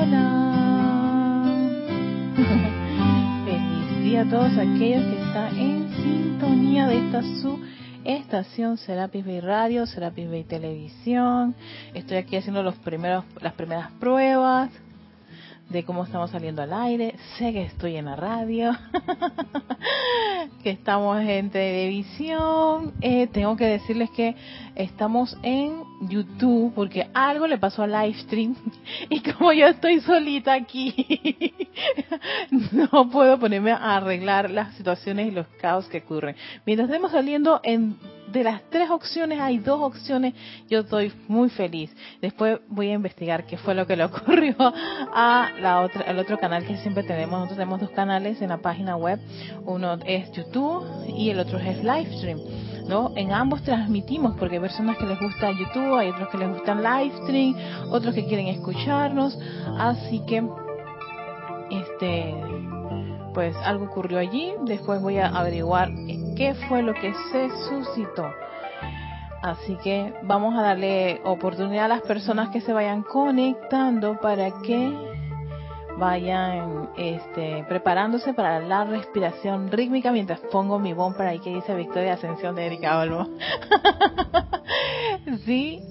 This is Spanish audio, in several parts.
hola. Feliz día a todos aquellos que están en sintonía de esta su estación Serapis Bay Radio, Serapis Bay Televisión. Estoy aquí haciendo las primeras pruebas de cómo estamos saliendo al aire. Sé que estoy en la radio, que estamos en televisión. Tengo que decirles que estamos en YouTube porque algo le pasó al Livestream y como yo estoy solita aquí, no puedo ponerme a arreglar las situaciones y los caos que ocurren. Mientras estemos saliendo de las 3 opciones, hay 2 opciones, yo estoy muy feliz. Después voy a investigar qué fue lo que le ocurrió al otro canal que siempre tenemos. Nosotros tenemos 2 canales en la página web. Uno es YouTube y el otro es Livestream, ¿no? En ambos transmitimos porque hay personas que les gusta YouTube, hay otros que les gustan Livestream, otros que quieren escucharnos. Así que pues algo ocurrió allí. Después voy a averiguar qué fue lo que se suscitó. Así que vamos a darle oportunidad a las personas que se vayan conectando para que vayan preparándose para la respiración rítmica mientras pongo mi bumper ahí que dice Victoria Ascensión de Erika Olmo. Sí,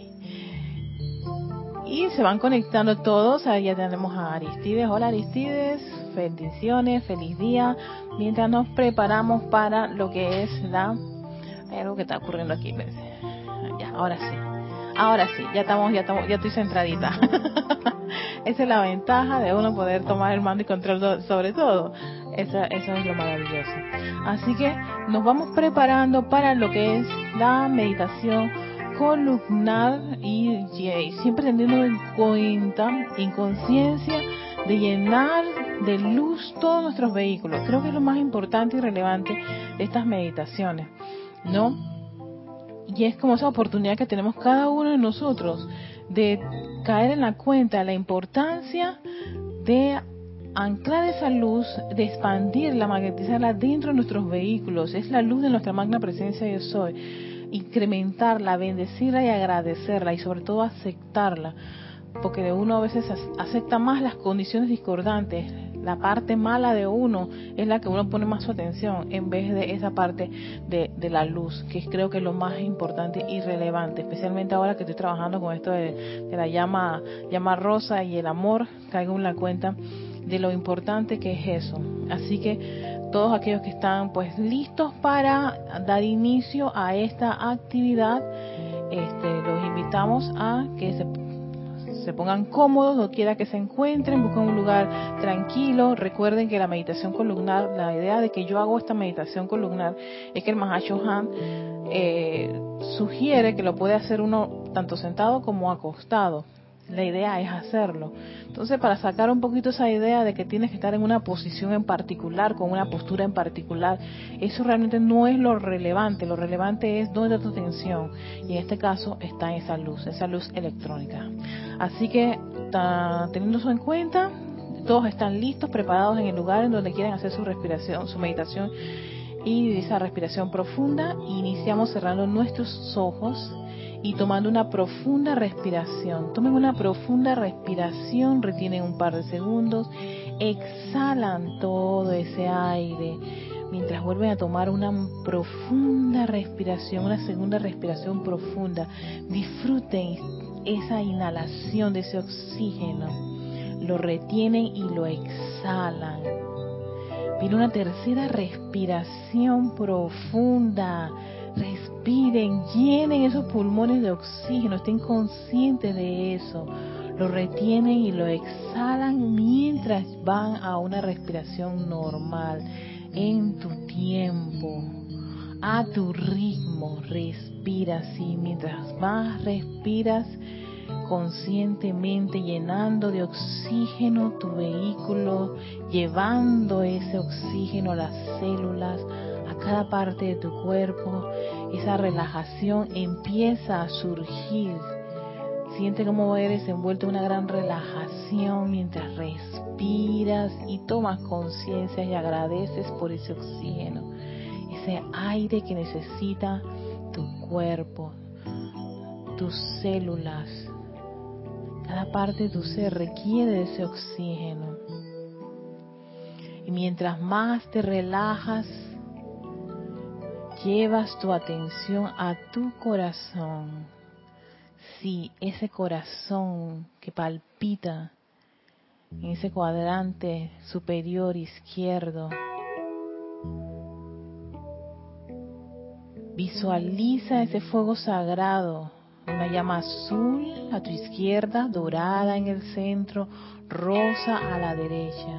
y se van conectando todos. Ahí ya tenemos a Aristides. Hola Aristides, bendiciones, feliz día. Mientras nos preparamos para lo que es hay algo que está ocurriendo aquí. Ya, ahora sí, ya estoy centradita. Esa es la ventaja de uno poder tomar el mando y control sobre todo. Eso es lo maravilloso. Así que nos vamos preparando para lo que es la meditación columnar y siempre teniendo en cuenta, en conciencia, de llenar de luz todos nuestros vehículos. Creo que es lo más importante y relevante de estas meditaciones, ¿no? Y es como esa oportunidad que tenemos cada uno de nosotros de caer en la cuenta de la importancia de anclar esa luz, de expandirla, magnetizarla dentro de nuestros vehículos. Es la luz de nuestra magna presencia yo soy. Incrementarla, bendecirla y agradecerla y sobre todo aceptarla, porque uno a veces acepta más las condiciones discordantes. La parte mala de uno es la que uno pone más su atención en vez de esa parte de la luz, que creo que es lo más importante y relevante, especialmente ahora que estoy trabajando con esto de la llama rosa y el amor. Caigo en la cuenta de lo importante que es eso. Así que todos aquellos que están pues listos para dar inicio a esta actividad, los invitamos a que se pongan cómodos, donde quiera que se encuentren, busquen un lugar tranquilo. Recuerden que la meditación columnar, la idea de que yo hago esta meditación columnar es que el Mahashohan sugiere que lo puede hacer uno tanto sentado como acostado. La idea es hacerlo. Entonces, para sacar un poquito esa idea de que tienes que estar en una posición en particular, con una postura en particular, eso realmente no es lo relevante. Lo relevante es dónde está tu atención. Y en este caso está esa luz electrónica. Así que, teniendo eso en cuenta, todos están listos, preparados en el lugar en donde quieren hacer su respiración, su meditación y esa respiración profunda. Iniciamos cerrando nuestros ojos y tomando una profunda respiración. Tomen una profunda respiración, retienen un par de segundos, exhalan todo ese aire mientras vuelven a tomar una profunda respiración, una segunda respiración profunda. Disfruten esa inhalación de ese oxígeno, lo retienen y lo exhalan. Viene una tercera respiración profunda. Respiren, llenen esos pulmones de oxígeno, estén conscientes de eso. Lo retienen y lo exhalan mientras van a una respiración normal, en tu tiempo, a tu ritmo. Respira así, mientras más respiras conscientemente, llenando de oxígeno tu vehículo, llevando ese oxígeno a las células, a cada parte de tu cuerpo. Esa relajación empieza a surgir. Siente cómo eres envuelto en una gran relajación mientras respiras y tomas conciencia y agradeces por ese oxígeno, ese aire que necesita tu cuerpo, tus células, Cada parte de tu ser requiere de ese oxígeno. Y mientras más te relajas, llevas tu atención a tu corazón. Sí, ese corazón que palpita en ese cuadrante superior izquierdo. Visualiza ese fuego sagrado, una llama azul a tu izquierda, dorada en el centro, rosa a la derecha.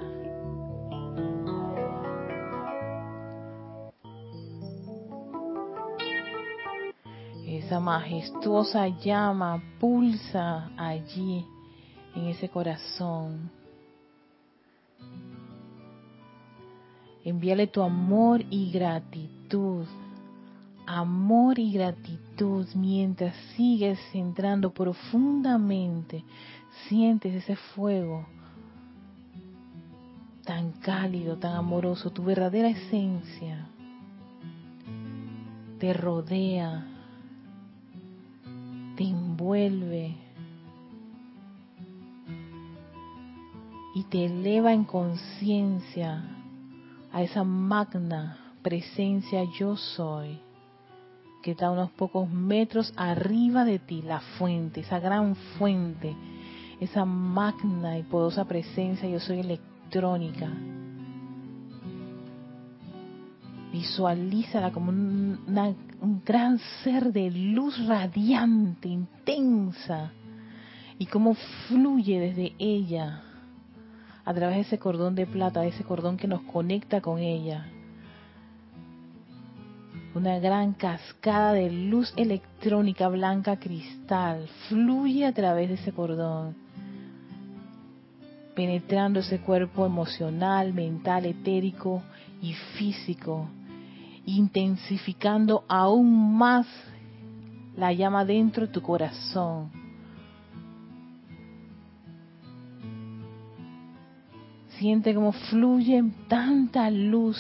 Esa majestuosa llama pulsa allí en ese corazón. Envíale tu amor y gratitud. Amor y gratitud mientras sigues entrando profundamente. Sientes ese fuego tan cálido, tan amoroso, tu verdadera esencia te rodea, te envuelve y te eleva en conciencia a esa magna presencia yo soy, que está a unos pocos metros arriba de ti, la fuente, esa gran fuente, esa magna y poderosa presencia yo soy electrónica. Visualízala como un gran ser de luz radiante, intensa, y cómo fluye desde ella a través de ese cordón de plata, de ese cordón que nos conecta con ella. Una gran cascada de luz electrónica blanca cristal fluye a través de ese cordón, penetrando ese cuerpo emocional, mental, etérico y físico, intensificando aún más la llama dentro de tu corazón. Siente cómo fluye tanta luz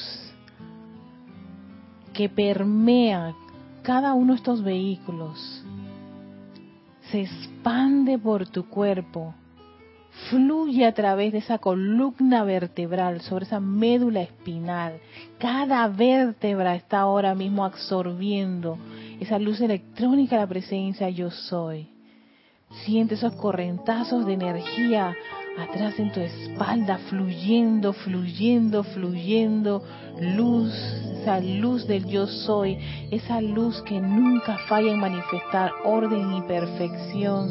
que permea cada uno de estos vehículos, se expande por tu cuerpo, fluye a través de esa columna vertebral, sobre esa médula espinal. Cada vértebra está ahora mismo absorbiendo esa luz electrónica de la presencia yo soy. Siente esos correntazos de energía atrás en tu espalda, fluyendo, fluyendo, fluyendo, luz, esa luz del yo soy, esa luz que nunca falla en manifestar orden y perfección.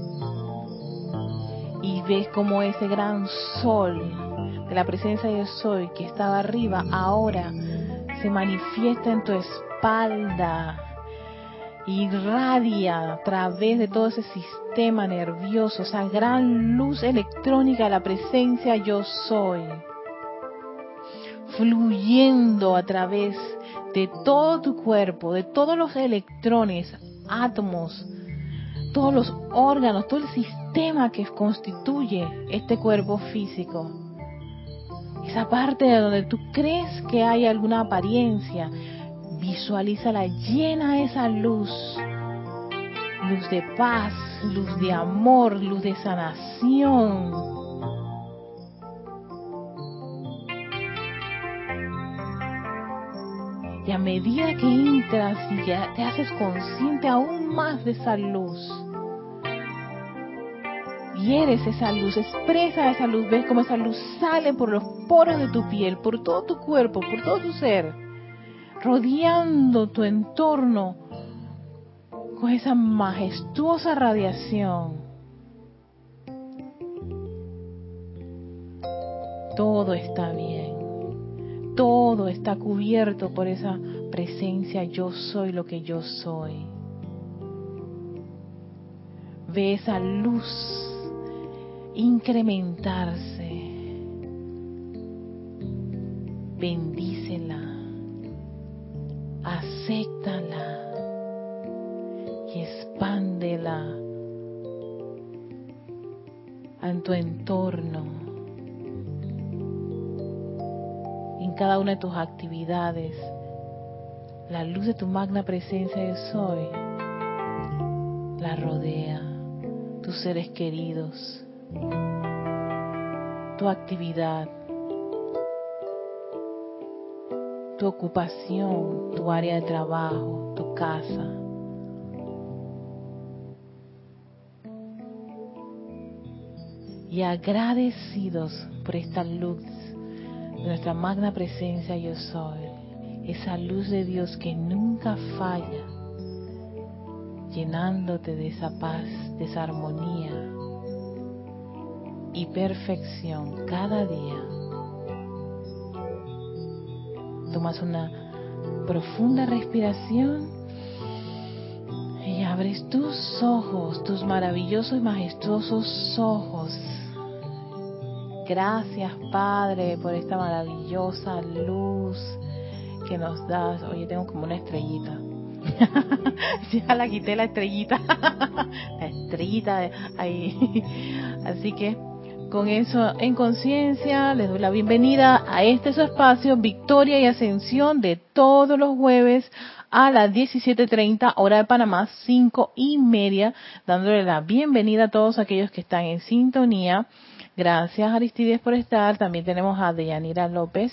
Y ves como ese gran sol de la presencia yo soy que estaba arriba, ahora se manifiesta en tu espalda, irradia a través de todo ese sistema nervioso, esa gran luz electrónica de la presencia yo soy, fluyendo a través de todo tu cuerpo, de todos los electrones, átomos, todos los órganos, todo el sistema que constituye este cuerpo físico. Esa parte de donde tú crees que hay alguna apariencia, visualízala llena de esa luz, luz de paz, luz de amor, luz de sanación. Y a medida que entras y que te haces consciente aún más de esa luz, y eres esa luz, expresa esa luz, ves cómo esa luz sale por los poros de tu piel, por todo tu cuerpo, por todo tu ser, rodeando tu entorno con esa majestuosa radiación. Todo está bien, todo está cubierto por esa presencia yo soy lo que yo soy. Ve esa luz incrementarse, bendícela, acéptala y expándela en tu entorno, en cada una de tus actividades. La luz de tu magna presencia yo soy la rodea, tus seres queridos, tu actividad, tu ocupación, tu área de trabajo, tu casa. Y agradecidos por esta luz de nuestra magna presencia yo soy, esa luz de Dios que nunca falla, llenándote de esa paz, de esa armonía y perfección cada día. Tomas una profunda respiración y abres tus ojos, tus maravillosos y majestuosos ojos. Gracias, Padre, por esta maravillosa luz que nos das. Oye, tengo como una estrellita. Ya la quité la estrellita. La estrellita ahí. Así que con eso en conciencia les doy la bienvenida a este su espacio Victoria y Ascensión de todos los jueves a las 17:30 hora de Panamá, 5:30, dándole la bienvenida a todos aquellos que están en sintonía. Gracias, Aristides, por estar. También tenemos a Deyanira López.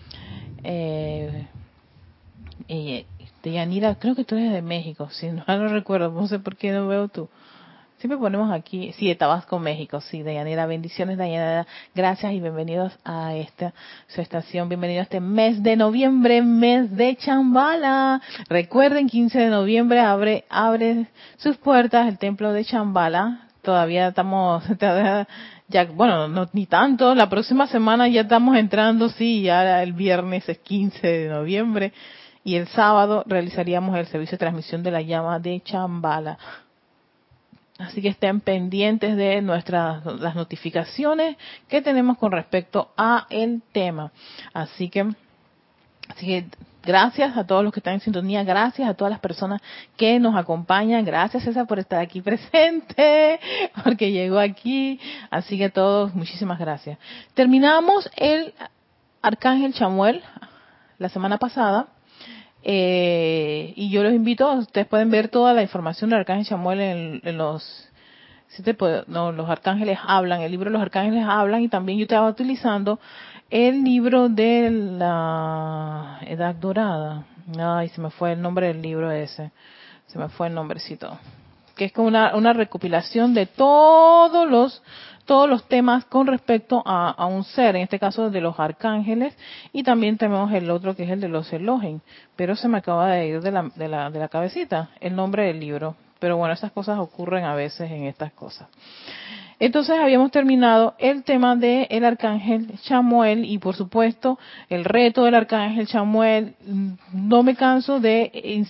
Deyanira, creo que tú eres de México, si no lo recuerdo, no sé por qué no veo tú. Siempre ponemos aquí, sí, de Tabasco, México, sí, Deyanira, bendiciones, Deyanira, gracias y bienvenidos a esta su estación, bienvenidos a este mes de noviembre, mes de Chambala. Recuerden, 15 de noviembre abre sus puertas el templo de Chambala. Todavía estamos, ya, bueno, no, ni tanto, la próxima semana ya estamos entrando, sí, ya el viernes es 15 de noviembre y el sábado realizaríamos el servicio de transmisión de la llama de Chambala. Así que estén pendientes de las notificaciones que tenemos con respecto a el tema. Así que gracias a todos los que están en sintonía, gracias a todas las personas que nos acompañan, gracias César por estar aquí presente, porque llegó aquí, así que a todos, muchísimas gracias. Terminamos el Arcángel Chamuel la semana pasada, y yo los invito, ustedes pueden ver toda la información del Arcángel Chamuel en los... los arcángeles hablan, el libro de los arcángeles hablan, y también yo estaba utilizando el libro de la Edad Dorada. Ay, se me fue el nombre del libro ese. Se me fue el nombrecito. Que es como una recopilación de todos los temas con respecto a un ser, en este caso de los arcángeles, y también tenemos el otro que es el de los Elohim, pero se me acaba de ir de la cabecita el nombre del libro. Pero bueno, esas cosas ocurren a veces en estas cosas. Entonces habíamos terminado el tema del Arcángel Chamuel y por supuesto el reto del Arcángel Chamuel. No me canso de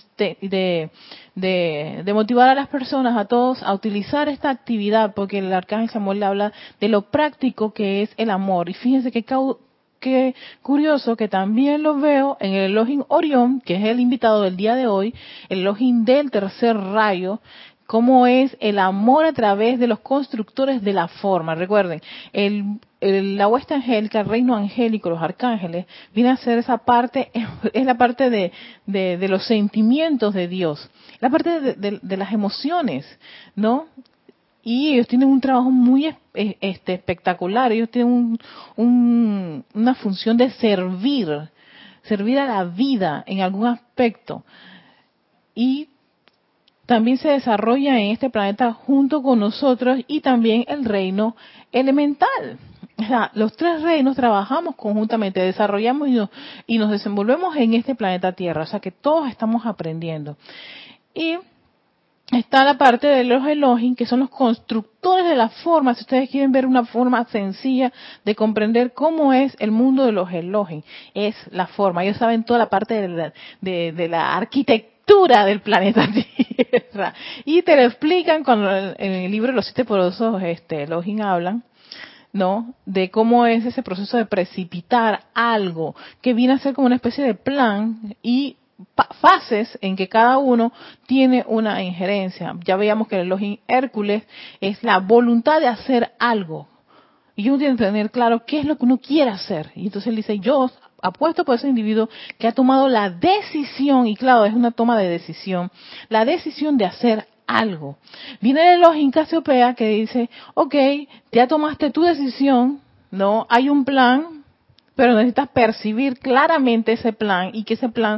motivar a las personas, a todos, a utilizar esta actividad, porque el Arcángel Chamuel le habla de lo práctico que es el amor. Y fíjense qué curioso que también lo veo en el Elohim Orión, que es el invitado del día de hoy, el Elohim del tercer rayo, cómo es el amor a través de los constructores de la forma. Recuerden, la hueste angélica, el reino angélico, los arcángeles, viene a ser esa parte, es la parte de los sentimientos de Dios, la parte de las emociones, ¿no? Y ellos tienen un trabajo muy espectacular. Ellos tienen una función de servir a la vida en algún aspecto. Y también se desarrolla en este planeta junto con nosotros y también el reino elemental. O sea, los tres reinos trabajamos conjuntamente, desarrollamos y nos desenvolvemos en este planeta Tierra. O sea que todos estamos aprendiendo. Y está la parte de los Elohim, que son los constructores de la forma. Si ustedes quieren ver una forma sencilla de comprender cómo es el mundo de los Elohim, es la forma. Ellos saben toda la parte de la arquitectura del planeta Tierra. Y te lo explican cuando en el libro Los Siete Poderosos Elohim hablan, ¿no? De cómo es ese proceso de precipitar algo que viene a ser como una especie de plan y fases en que cada uno tiene una injerencia. Ya veíamos que el Elohim Hércules es la voluntad de hacer algo. Y uno tiene que tener claro qué es lo que uno quiere hacer. Y entonces él dice, yo apuesto por ese individuo que ha tomado la decisión, y claro, es una toma de decisión, la decisión de hacer algo. Viene el Login Casiopea que dice, ok, ya tomaste tu decisión, no, hay un plan, pero necesitas percibir claramente ese plan y que ese plan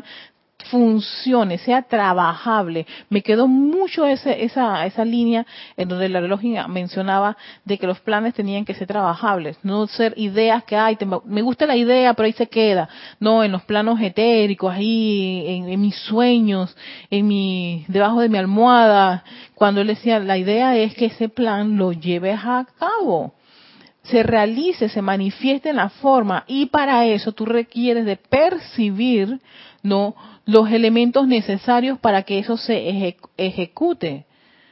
funcione, sea trabajable. Me quedó mucho esa línea en donde la reloj mencionaba de que los planes tenían que ser trabajables, no ser ideas que hay, me gusta la idea, pero ahí se queda. No, en los planos etéricos, ahí en mis sueños, debajo de mi almohada, cuando él decía, la idea es que ese plan lo lleves a cabo, se realice, se manifieste en la forma, y para eso tú requieres de percibir, no, los elementos necesarios para que eso se ejecute.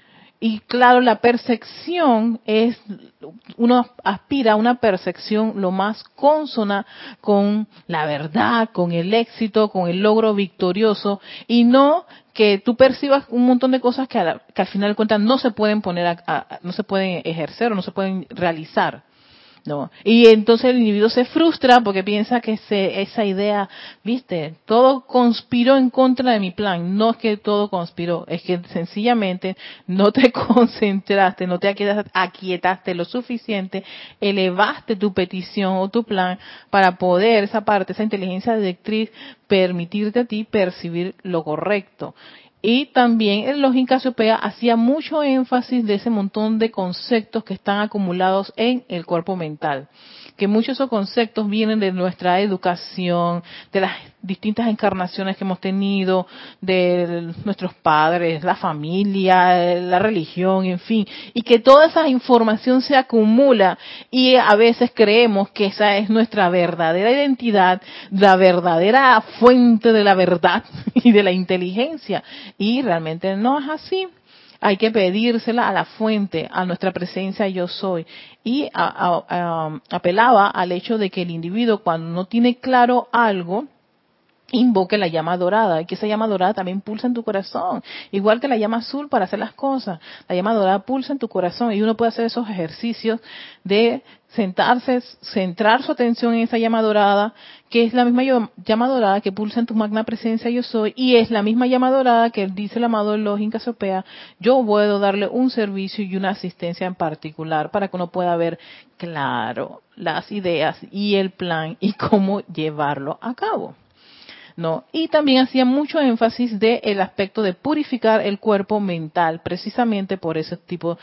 Y claro, la percepción es, uno aspira a una percepción lo más consona con la verdad, con el éxito, con el logro victorioso, y no que tú percibas un montón de cosas que al final de cuentas no se pueden poner, no se pueden ejercer o no se pueden realizar. No. Y entonces el individuo se frustra porque piensa que esa idea, viste, todo conspiró en contra de mi plan. No es que todo conspiró, es que sencillamente no te concentraste, no te aquietaste lo suficiente, elevaste tu petición o tu plan para poder esa parte, esa inteligencia directriz, permitirte a ti percibir lo correcto. Y también el Login Casiopea hacía mucho énfasis de ese montón de conceptos que están acumulados en el cuerpo mental. Que muchos de esos conceptos vienen de nuestra educación, de las distintas encarnaciones que hemos tenido, de nuestros padres, la familia, la religión, en fin. Y que toda esa información se acumula y a veces creemos que esa es nuestra verdadera identidad, la verdadera fuente de la verdad y de la inteligencia. Y realmente no es así. Hay que pedírsela a la fuente, a nuestra presencia yo soy. Y apelaba al hecho de que el individuo, cuando no tiene claro algo, invoque la llama dorada, y que esa llama dorada también pulsa en tu corazón, igual que la llama azul para hacer las cosas. La llama dorada pulsa en tu corazón y uno puede hacer esos ejercicios de sentarse, centrar su atención en esa llama dorada, que es la misma llama dorada que pulsa en tu magna presencia yo soy, y es la misma llama dorada que dice el amado Login Casiopea, yo puedo darle un servicio y una asistencia en particular para que uno pueda ver claro las ideas y el plan y cómo llevarlo a cabo. No, y también hacía mucho énfasis de el aspecto de purificar el cuerpo mental, precisamente por ese tipo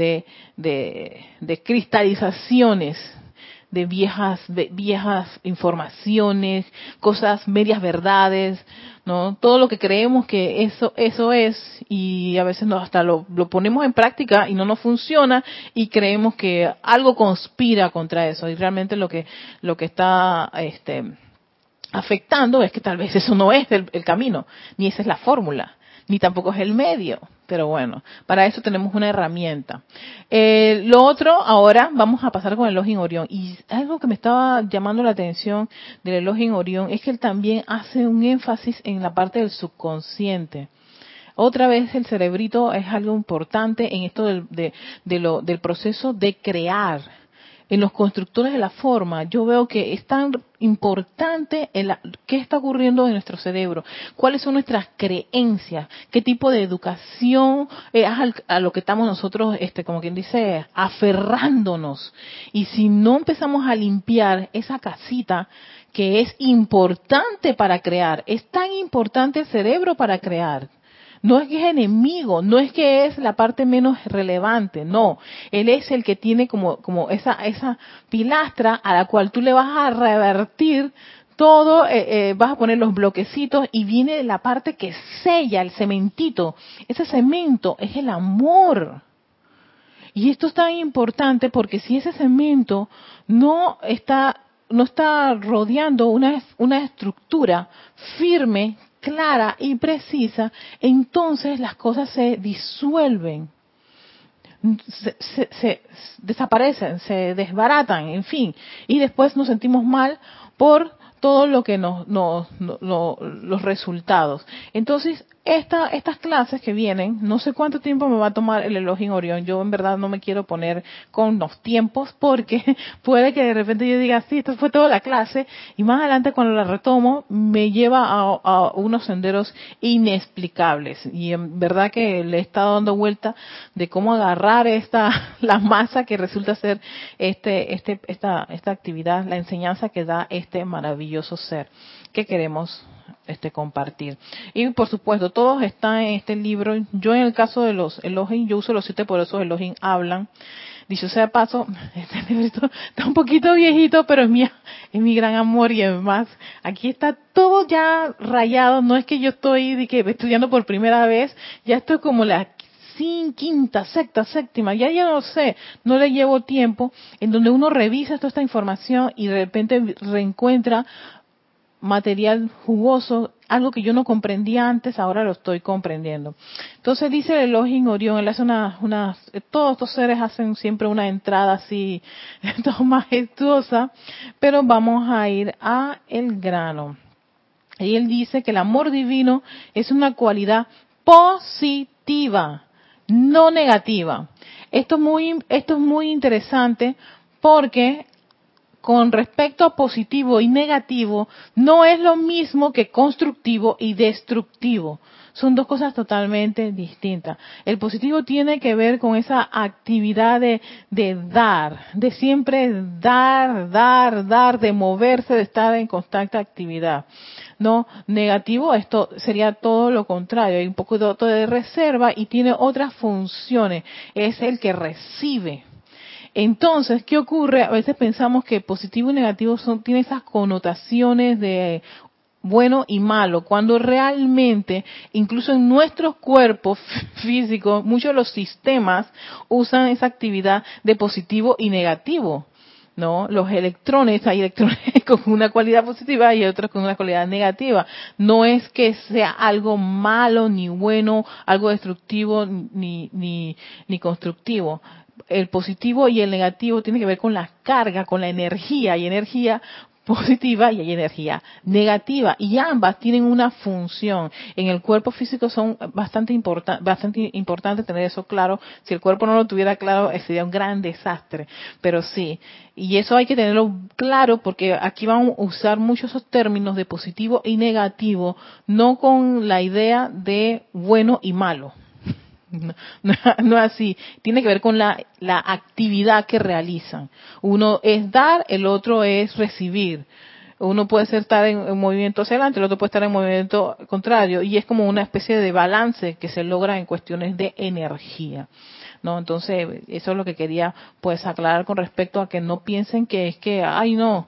de cristalizaciones de viejas informaciones, cosas medias verdades, no, todo lo que creemos que eso es, y a veces hasta lo ponemos en práctica y no nos funciona y creemos que algo conspira contra eso, y realmente lo que está afectando es que tal vez eso no es el camino, ni esa es la fórmula, ni tampoco es el medio. Pero bueno, para eso tenemos una herramienta. Lo otro, ahora vamos a pasar con el Login Orión. Y algo que me estaba llamando la atención del Login Orión es que él también hace un énfasis en la parte del subconsciente. Otra vez el cerebrito es algo importante en esto del proceso de crear. En los constructores de la forma, yo veo que es tan importante qué está ocurriendo en nuestro cerebro, cuáles son nuestras creencias, qué tipo de educación es a lo que estamos nosotros, como quien dice, aferrándonos. Y si no empezamos a limpiar esa casita que es importante para crear, es tan importante el cerebro para crear. No es que es enemigo, no es que es la parte menos relevante, no. Él es el que tiene como esa pilastra a la cual tú le vas a revertir todo, vas a poner los bloquecitos y viene la parte que sella el cementito. Ese cemento es el amor. Y esto es tan importante porque si ese cemento no está rodeando una estructura firme, clara y precisa, entonces las cosas se disuelven, se desaparecen, se desbaratan, en fin, y después nos sentimos mal por todo lo que los resultados. Entonces, estas clases que vienen, no sé cuánto tiempo me va a tomar el Elohim Orión. Yo en verdad no me quiero poner con los tiempos porque puede que de repente yo diga, sí, esto fue toda la clase, y más adelante cuando la retomo me lleva a unos senderos inexplicables. Y en verdad que le he estado dando vuelta de cómo agarrar la masa que resulta ser esta actividad, la enseñanza que da este maravilloso ser que queremos compartir. Y por supuesto, todos están en este libro. Yo en el caso de los Elohim, yo uso los 7 poderosos Elohim hablan. Dicho sea de paso, este librito está un poquito viejito, pero es mi gran amor, y además aquí está todo ya rayado. No es que yo estoy estudiando por primera vez, ya estoy como la quinta, sexta, séptima, ya no sé, no le llevo tiempo, en donde uno revisa toda esta información y de repente reencuentra material jugoso, algo que yo no comprendía antes, ahora lo estoy comprendiendo. Entonces dice el Elohim Orión, él hace todos estos seres hacen siempre una entrada así, todo majestuosa, pero vamos a ir a el grano. Y él dice que el amor divino es una cualidad positiva, no negativa. Esto es muy interesante porque con respecto a positivo y negativo, no es lo mismo que constructivo y destructivo. Son dos cosas totalmente distintas. El positivo tiene que ver con esa actividad de dar, de siempre dar, de moverse, de estar en constante actividad. No, negativo, esto sería todo lo contrario. Hay un poco de reserva y tiene otras funciones. Es el que recibe. Entonces, ¿qué ocurre? A veces pensamos que positivo y negativo tienen esas connotaciones de bueno y malo, cuando realmente, incluso en nuestros cuerpos físicos, muchos de los sistemas usan esa actividad de positivo y negativo. ¿No? Los electrones, hay electrones con una cualidad positiva y otros con una cualidad negativa. No es que sea algo malo, ni bueno, algo destructivo, ni constructivo. El positivo y el negativo tienen que ver con la carga, con la energía, y energía positiva y hay energía negativa, y ambas tienen una función. En el cuerpo físico son bastante importante tener eso claro. Si el cuerpo no lo tuviera claro, sería un gran desastre, pero sí, y eso hay que tenerlo claro porque aquí van a usar muchos esos términos de positivo y negativo, no con la idea de bueno y malo. No así, tiene que ver con la actividad que realizan. Uno es dar, el otro es recibir. Uno puede estar en movimiento hacia adelante, el otro puede estar en movimiento contrario, y es como una especie de balance que se logra en cuestiones de energía. ¿No? Entonces, eso es lo que quería pues aclarar con respecto a que no piensen que es que, ay no,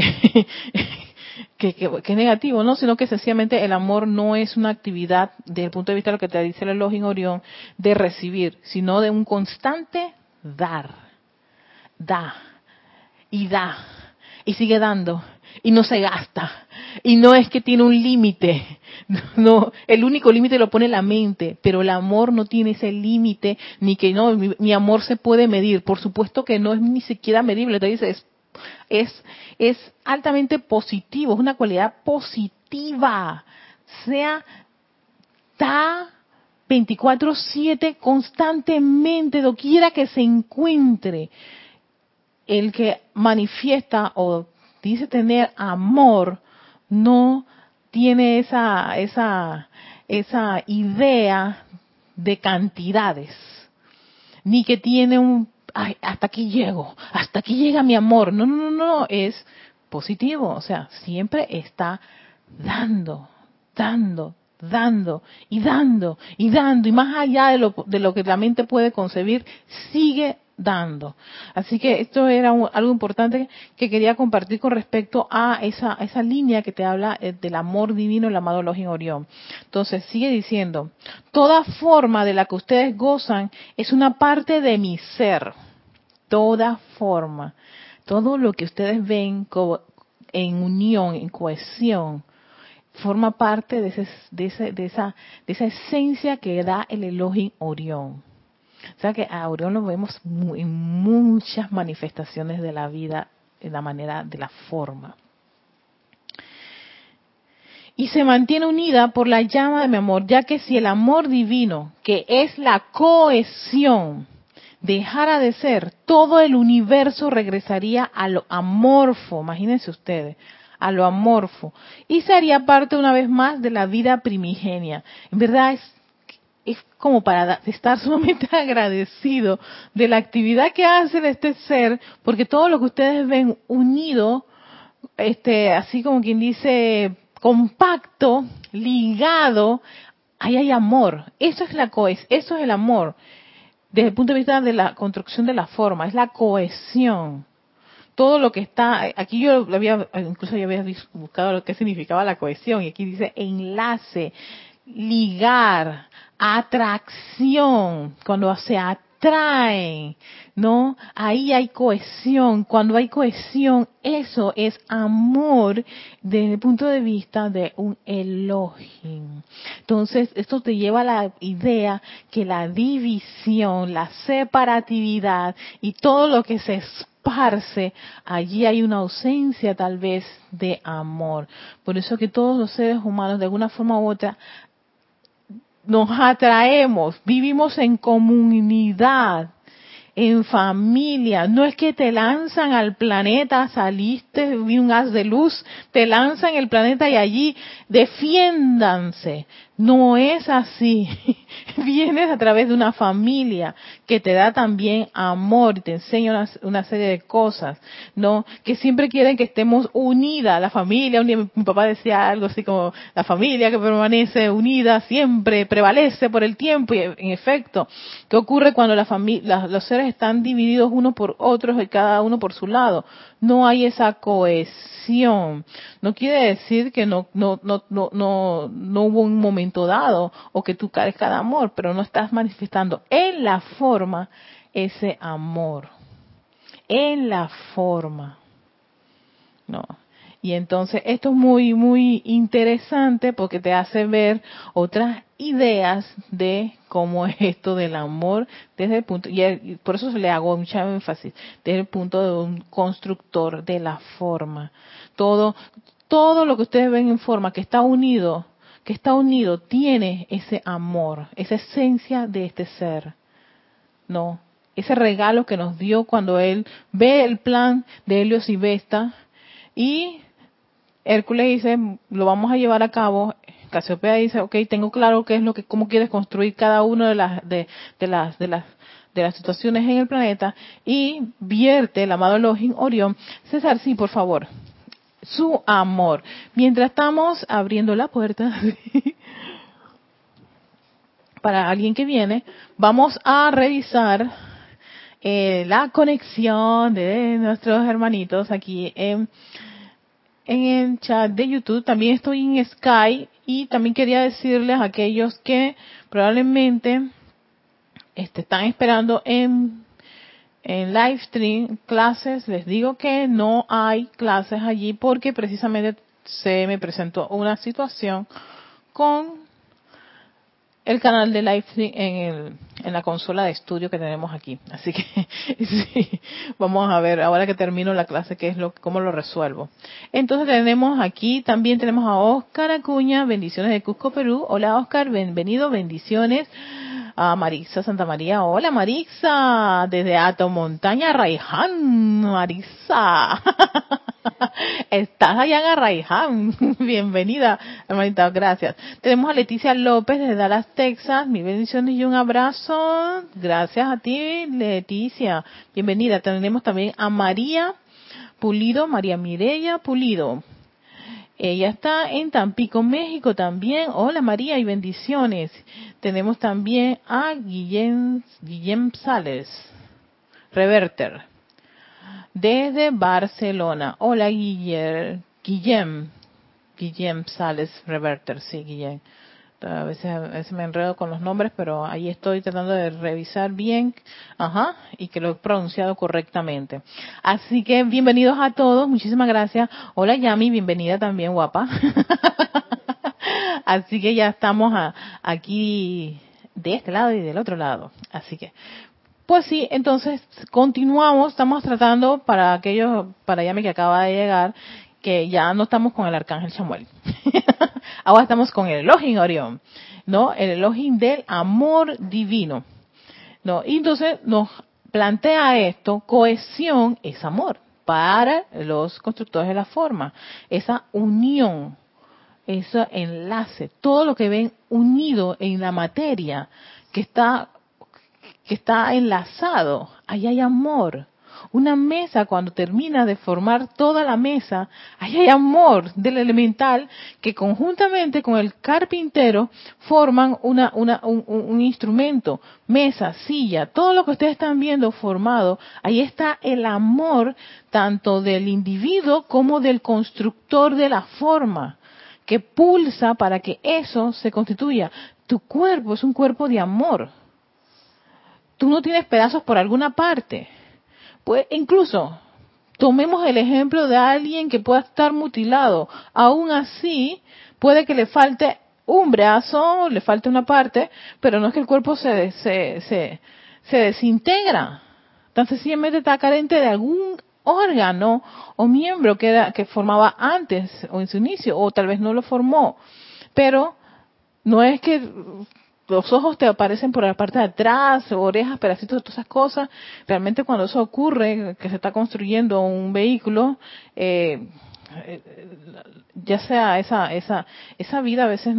que negativo, no, sino que sencillamente el amor no es una actividad desde el punto de vista de lo que te dice el Elohim Orión de recibir, sino de un constante dar, da y da y sigue dando y no se gasta, y no es que tiene un límite, no, el único límite lo pone la mente, pero el amor no tiene ese límite, ni que no, mi amor se puede medir, por supuesto que no es ni siquiera medible, te dice es altamente positivo, es una cualidad positiva, sea da 24/7 constantemente, doquiera que se encuentre. El que manifiesta o dice tener amor no tiene esa idea de cantidades, ni que tiene ay, hasta aquí llego, hasta aquí llega mi amor. No, es positivo, o sea, siempre está dando, y más allá de lo que la mente puede concebir, sigue dando. Así que esto era algo importante que quería compartir con respecto a esa línea que te habla del amor divino, el amado Elohim Orión. Entonces sigue diciendo, toda forma de la que ustedes gozan es una parte de mi ser. Toda forma, todo lo que ustedes ven en unión, en cohesión, forma parte de esa esencia que da el Elohim Orión. O sea que a Orión lo vemos en muchas manifestaciones de la vida, en la manera de la forma. y se mantiene unida por la llama de mi amor, ya que si el amor divino, que es la cohesión, dejara de ser, todo el universo regresaría a lo amorfo, imagínense ustedes, a lo amorfo, y sería parte una vez más de la vida primigenia. En verdad es como para estar sumamente agradecido de la actividad que hace este ser, porque todo lo que ustedes ven unido, así como quien dice, compacto, ligado, ahí hay amor. Eso es eso es el amor desde el punto de vista de la construcción de la forma, es la cohesión. Todo lo que está, aquí incluso yo había buscado lo que significaba la cohesión, y aquí dice enlace, ligar, atracción, cuando se atraen, ¿no? Ahí hay cohesión. Cuando hay cohesión, eso es amor desde el punto de vista de un Elohim. Entonces, esto te lleva a la idea que la división, la separatividad y todo lo que se esparce, allí hay una ausencia tal vez de amor. Por eso que todos los seres humanos, de alguna forma u otra, nos atraemos, vivimos en comunidad, en familia. No es que te lanzan al planeta, saliste, vi un haz de luz, te lanzan el planeta y allí defiéndanse. No es así. Vienes a través de una familia que te da también amor y te enseña una serie de cosas, ¿no? Que siempre quieren que estemos unidas, la familia. Un día mi papá decía algo así como, la familia que permanece unida siempre prevalece por el tiempo. Y en efecto, ¿qué ocurre cuando los seres están divididos unos por otros y cada uno por su lado? No hay esa cohesión. No quiere decir que no hubo un momento dado o que tú carezcas de amor, pero no estás manifestando en la forma ese amor. En la forma. No. Y entonces esto es muy, muy interesante porque te hace ver otras ideas de cómo es esto del amor desde el punto, y por eso le hago mucha énfasis, desde el punto de un constructor de la forma. Todo lo que ustedes ven en forma que está unido, tiene ese amor, esa esencia de este ser. No, ese regalo que nos dio cuando él ve el plan de Helios y Vesta, y Hércules dice, lo vamos a llevar a cabo. Casiopea dice, ok, tengo claro qué es cómo quieres construir cada una de las situaciones en el planeta, y vierte el amado Elohim Orión. César, sí, por favor. Su amor. Mientras estamos abriendo la puerta para alguien que viene, vamos a revisar la conexión de nuestros hermanitos aquí en el chat de YouTube. También estoy en Skype, y también quería decirles a aquellos que probablemente están esperando en live stream clases, les digo que no hay clases allí porque precisamente se me presentó una situación con el canal de live stream en la consola de estudio que tenemos aquí. Así que sí, vamos a ver ahora que termino la clase cómo lo resuelvo. Entonces también tenemos a Oscar Acuña, bendiciones de Cusco, Perú. Hola Oscar, bienvenido, bendiciones. A Marixa Santa María, hola Marixa, desde Ato Montaña, Raiján, Marixa. Estás allá en Arraiján. Bienvenida, hermanita, gracias. Tenemos a Leticia López desde Dallas, Texas. Mil bendiciones y un abrazo. Gracias a ti, Leticia. Bienvenida. Tenemos también a María Pulido, María Mireya Pulido. Ella está en Tampico, México también. Hola María y bendiciones. Tenemos también a Guillem Sales, Reverter, desde Barcelona. Hola Guillem Sales, Reverter, sí, Guillem. A veces me enredo con los nombres, pero ahí estoy tratando de revisar bien, y que lo he pronunciado correctamente. Así que bienvenidos a todos, muchísimas gracias. Hola Yami, bienvenida también, guapa. Así que ya estamos aquí de este lado y del otro lado. Así que, pues sí, entonces continuamos, estamos tratando para Yami que acaba de llegar, que ya no estamos con el arcángel Chamuel. Ahora estamos con el Elohim Orión, ¿no? El Elohim del amor divino, ¿no? Y entonces nos plantea esto, cohesión es amor para los constructores de la forma, esa unión, ese enlace, todo lo que ven unido en la materia que está enlazado, ahí hay amor. Una mesa, cuando termina de formar toda la mesa, ahí hay amor del elemental que conjuntamente con el carpintero forman un instrumento, mesa, silla, todo lo que ustedes están viendo formado, ahí está el amor tanto del individuo como del constructor de la forma, que pulsa para que eso se constituya. Tu cuerpo es un cuerpo de amor. Tú no tienes pedazos por alguna parte. Pues incluso tomemos el ejemplo de alguien que pueda estar mutilado. Aún así, puede que le falte un brazo, le falte una parte, pero no es que el cuerpo se desintegra. Tan sencillamente está carente de algún órgano o miembro que formaba antes o en su inicio, o tal vez no lo formó. Pero no es que los ojos te aparecen por la parte de atrás, orejas, pedacitos de todas esas cosas. Realmente cuando eso ocurre, que se está construyendo un vehículo, ya sea esa vida a veces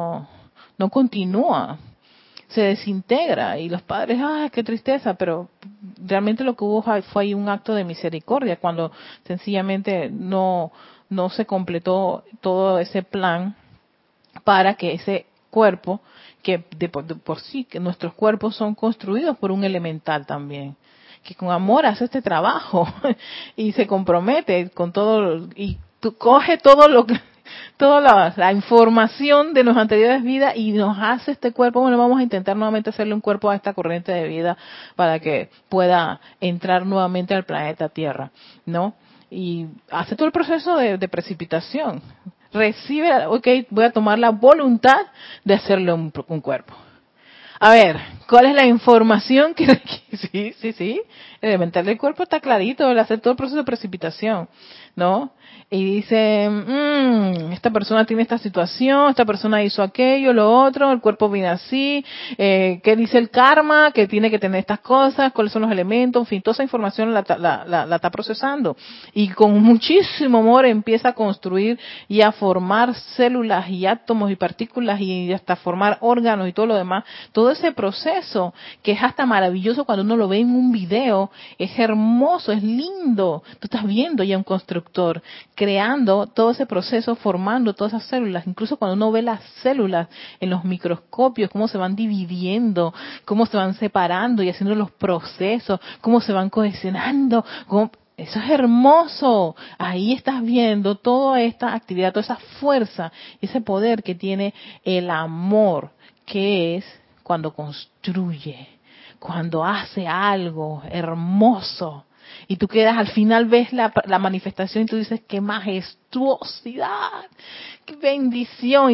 no continúa, se desintegra y los padres, qué tristeza, pero realmente lo que hubo fue ahí un acto de misericordia cuando sencillamente no se completó todo ese plan para que ese cuerpo, que de por sí, que nuestros cuerpos son construidos por un elemental también, que con amor hace este trabajo y se compromete con todo, y tú coge todo lo que, toda la información de nuestras anteriores vidas y nos hace este cuerpo. Bueno, vamos a intentar nuevamente hacerle un cuerpo a esta corriente de vida para que pueda entrar nuevamente al planeta Tierra, ¿no? Y hace todo el proceso de precipitación. Recibe, ok, voy a tomar la voluntad de hacerle un cuerpo. A ver, ¿cuál es la información que sí, el elemental del cuerpo está clarito, el hacer todo el proceso de precipitación, ¿no? Y dice, esta persona tiene esta situación, esta persona hizo aquello, lo otro, el cuerpo viene así, ¿qué dice el karma? Que tiene que tener estas cosas, cuáles son los elementos, en fin, toda esa información la está procesando. Y con muchísimo amor empieza a construir y a formar células y átomos y partículas y hasta formar órganos y todo lo demás. Todo ese proceso, que es hasta maravilloso cuando uno lo ve en un video, es hermoso, es lindo. Tú estás viendo ya un constructor creando todo ese proceso, formando todas esas células. Incluso cuando uno ve las células en los microscopios, cómo se van dividiendo, cómo se van separando y haciendo los procesos, cómo se van cohesionando, eso es hermoso. Ahí estás viendo toda esta actividad, toda esa fuerza, ese poder que tiene el amor, que es cuando construye, cuando hace algo hermoso. Y tú quedas, al final ves la manifestación y tú dices, qué majestuosidad, qué bendición.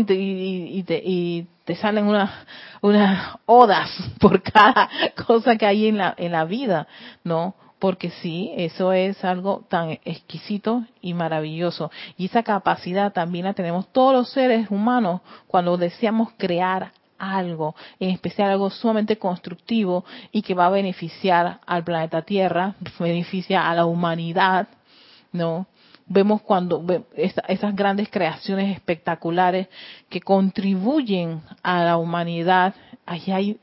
Y te salen unas odas por cada cosa que hay en la vida, ¿no? Porque sí, eso es algo tan exquisito y maravilloso. Y esa capacidad también la tenemos todos los seres humanos cuando deseamos crear algo, en especial algo sumamente constructivo y que va a beneficiar al planeta Tierra, beneficia a la humanidad, ¿no? Vemos cuando esas grandes creaciones espectaculares que contribuyen a la humanidad, ahí hay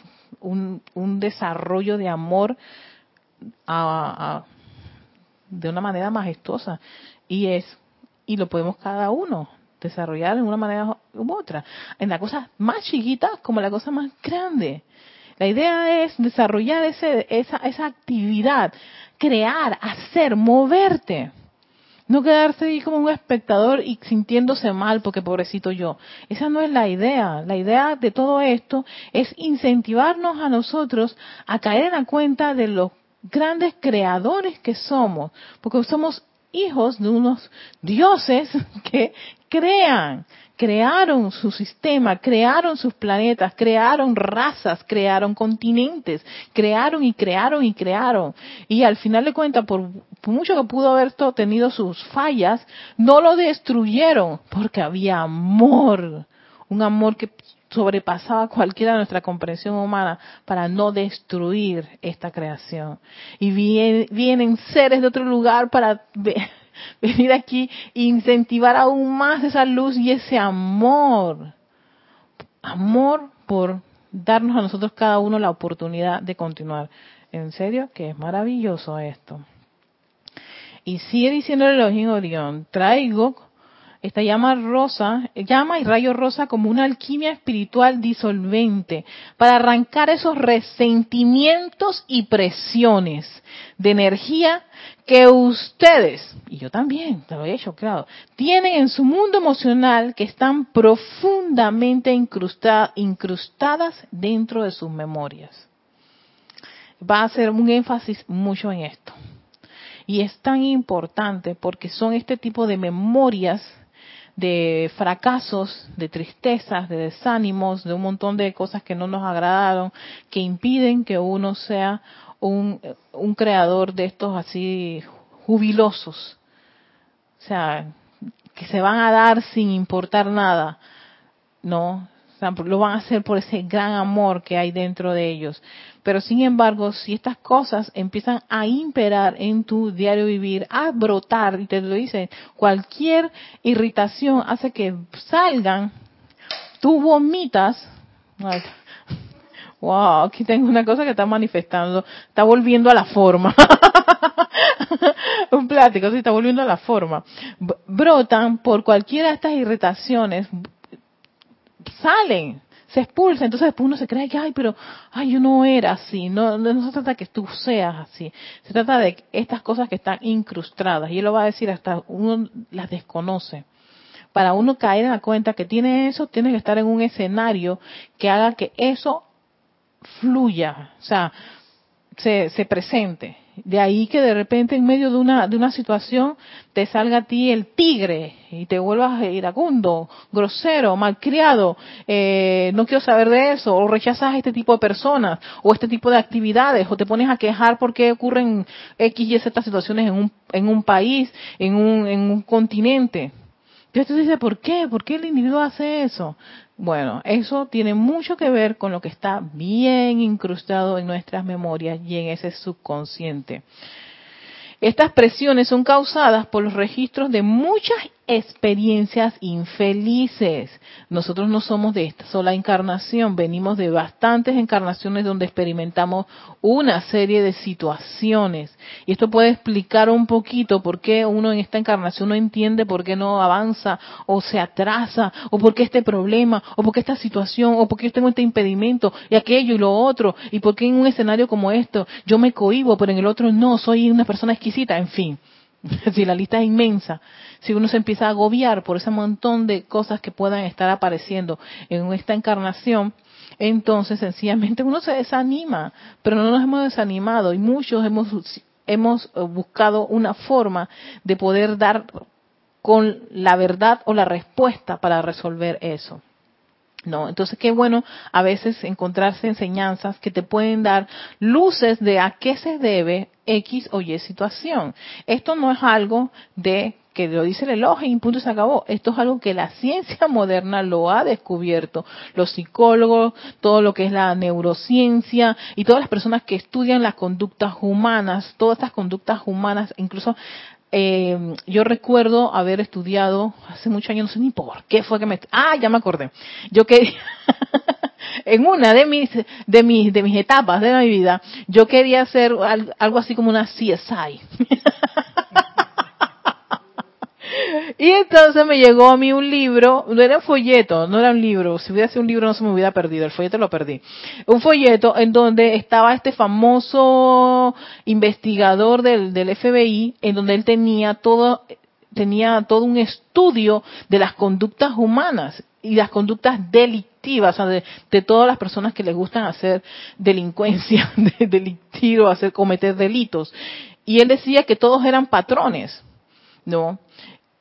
un desarrollo de amor de una manera majestuosa y lo podemos cada uno desarrollar en una manera u otra, en la cosa más chiquita como la cosa más grande. La idea es desarrollar esa actividad, crear, hacer, moverte. No quedarse ahí como un espectador y sintiéndose mal porque pobrecito yo. Esa no es la idea. La idea de todo esto es incentivarnos a nosotros a caer en la cuenta de los grandes creadores que somos, porque somos hijos de unos dioses que crean, crearon su sistema, crearon sus planetas, crearon razas, crearon continentes, crearon y crearon y crearon. Y al final de cuentas, por mucho que pudo haber tenido sus fallas, no lo destruyeron porque había amor, un amor que sobrepasaba cualquiera de nuestra comprensión humana para no destruir esta creación. Y vienen seres de otro lugar para venir aquí e incentivar aún más esa luz y ese amor. Amor por darnos a nosotros cada uno la oportunidad de continuar. En serio, que es maravilloso esto. Y sigue diciendo el Elohim Orión, traigo esta llama y rayo rosa como una alquimia espiritual disolvente para arrancar esos resentimientos y presiones de energía que ustedes, y yo también, te lo he hecho, claro, tienen en su mundo emocional que están profundamente incrustadas dentro de sus memorias. Va a hacer un énfasis mucho en esto. Y es tan importante porque son este tipo de memorias de fracasos, de tristezas, de desánimos, de un montón de cosas que no nos agradaron, que impiden que uno sea un creador de estos así jubilosos. O sea, que se van a dar sin importar nada. No, o sea, lo van a hacer por ese gran amor que hay dentro de ellos. Pero sin embargo, si estas cosas empiezan a imperar en tu diario vivir, a brotar, y te lo dicen, cualquier irritación hace que salgan, tú vomitas. Ay, wow, aquí tengo una cosa que está manifestando, está volviendo a la forma. Un plástico, sí, está volviendo a la forma. Brotan por cualquiera de estas irritaciones, salen, se expulsan, entonces después uno se cree que, yo no era así, no se trata de que tú seas así, se trata de estas cosas que están incrustadas, y él lo va a decir hasta uno las desconoce. Para uno caer en la cuenta que tiene eso, tiene que estar en un escenario que haga que eso fluya, o sea, se presente. De ahí que de repente en medio de una situación te salga a ti el tigre y te vuelvas iracundo, grosero, malcriado, no quiero saber de eso, o rechazas a este tipo de personas, o este tipo de actividades, o te pones a quejar porque ocurren X y Z situaciones en un país, en un continente. Entonces tú dices, ¿por qué? ¿Por qué el individuo hace eso? Bueno, eso tiene mucho que ver con lo que está bien incrustado en nuestras memorias y en ese subconsciente. Estas presiones son causadas por los registros de muchas experiencias infelices. Nosotros no somos de esta sola encarnación, venimos de bastantes encarnaciones donde experimentamos una serie de situaciones. Y esto puede explicar un poquito por qué uno en esta encarnación no entiende por qué no avanza o se atrasa, o por qué este problema, o por qué esta situación, o por qué yo tengo este impedimento, y aquello y lo otro, y por qué en un escenario como esto yo me cohíbo, pero en el otro no, soy una persona exquisita, en fin. Si la lista es inmensa, si uno se empieza a agobiar por ese montón de cosas que puedan estar apareciendo en esta encarnación, entonces sencillamente uno se desanima, pero no nos hemos desanimado y muchos hemos buscado una forma de poder dar con la verdad o la respuesta para resolver eso. No, entonces qué bueno a veces encontrarse enseñanzas que te pueden dar luces de a qué se debe X o Y situación. Esto no es algo de que lo dice el Elohim y punto y se acabó. Esto es algo que la ciencia moderna lo ha descubierto. Los psicólogos, todo lo que es la neurociencia y todas las personas que estudian las conductas humanas, todas estas conductas humanas, incluso yo recuerdo haber estudiado hace muchos años, no sé ni por qué fue que ya me acordé. Yo quería, en una de mis etapas de mi vida, yo quería hacer algo así como una CSI. Y entonces me llegó a mí un libro, no era un folleto, no era un libro, si hubiera sido un libro no se me hubiera perdido, el folleto lo perdí. Un folleto en donde estaba este famoso investigador del FBI, en donde él tenía todo un estudio de las conductas humanas y las conductas delictivas, o sea, de todas las personas que les gustan hacer delincuencia, delictir o cometer delitos. Y él decía que todos eran patrones, ¿no?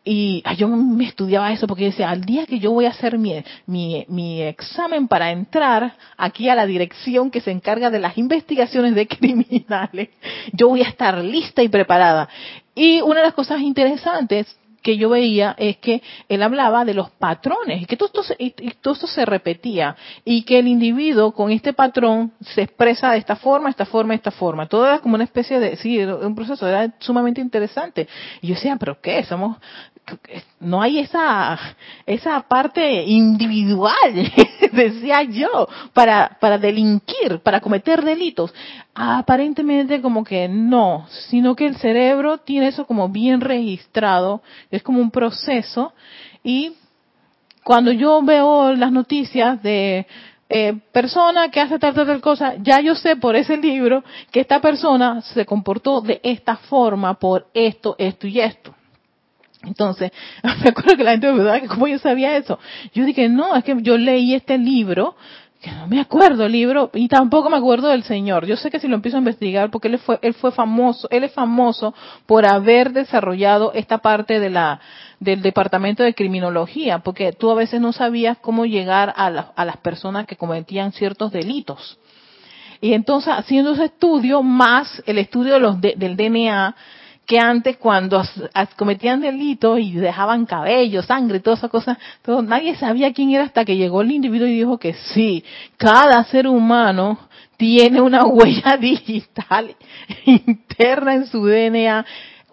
Y yo me estudiaba eso porque decía, al día que yo voy a hacer mi examen para entrar aquí a la dirección que se encarga de las investigaciones de criminales, yo voy a estar lista y preparada. Y una de las cosas interesantes que yo veía es que él hablaba de los patrones, que todo esto se repetía, y que el individuo con este patrón se expresa de esta forma, esta forma, esta forma. Todo era como una especie de, sí, un proceso, era sumamente interesante. Y yo decía, ¿pero qué? No hay esa parte individual, decía yo, para delinquir, para cometer delitos. Aparentemente como que no, sino que el cerebro tiene eso como bien registrado, es como un proceso. Y cuando yo veo las noticias de persona que hace tal cosa, ya yo sé por ese libro que esta persona se comportó de esta forma por esto, esto y esto. Entonces, me acuerdo que la gente me preguntaba que cómo yo sabía eso. Yo dije, no, es que yo leí este libro, que no me acuerdo el libro, y tampoco me acuerdo del señor. Yo sé que si lo empiezo a investigar, porque él es famoso por haber desarrollado esta parte del departamento de criminología, porque tú a veces no sabías cómo llegar a las personas que cometían ciertos delitos. Y entonces, haciendo ese estudio, más el estudio del DNA, que antes cuando cometían delitos y dejaban cabello, sangre, todas esas cosas, nadie sabía quién era hasta que llegó el individuo y dijo que sí, cada ser humano tiene una huella digital interna en su DNA,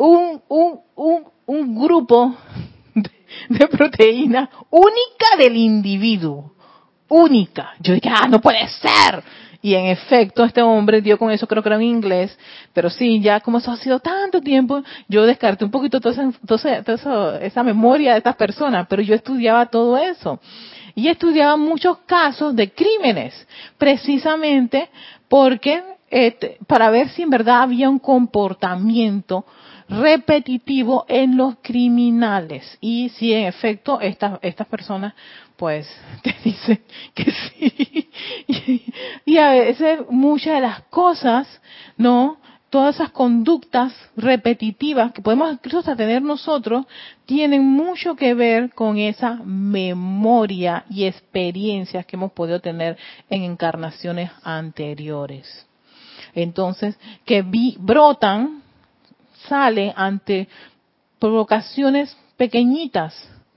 un grupo de proteína única del individuo, única. Yo dije, no puede ser. Y en efecto, este hombre dio con eso, creo que era en inglés, pero sí, ya como eso ha sido tanto tiempo, yo descarté un poquito esa memoria de estas personas, pero yo estudiaba todo eso. Y estudiaba muchos casos de crímenes, precisamente porque, para ver si en verdad había un comportamiento repetitivo en los criminales. Y si en efecto estas personas pues te dicen que sí. Y a veces muchas de las cosas, ¿no? Todas esas conductas repetitivas que podemos incluso hasta tener nosotros, tienen mucho que ver con esa memoria y experiencias que hemos podido tener en encarnaciones anteriores. Entonces, que brotan, salen ante provocaciones pequeñitas,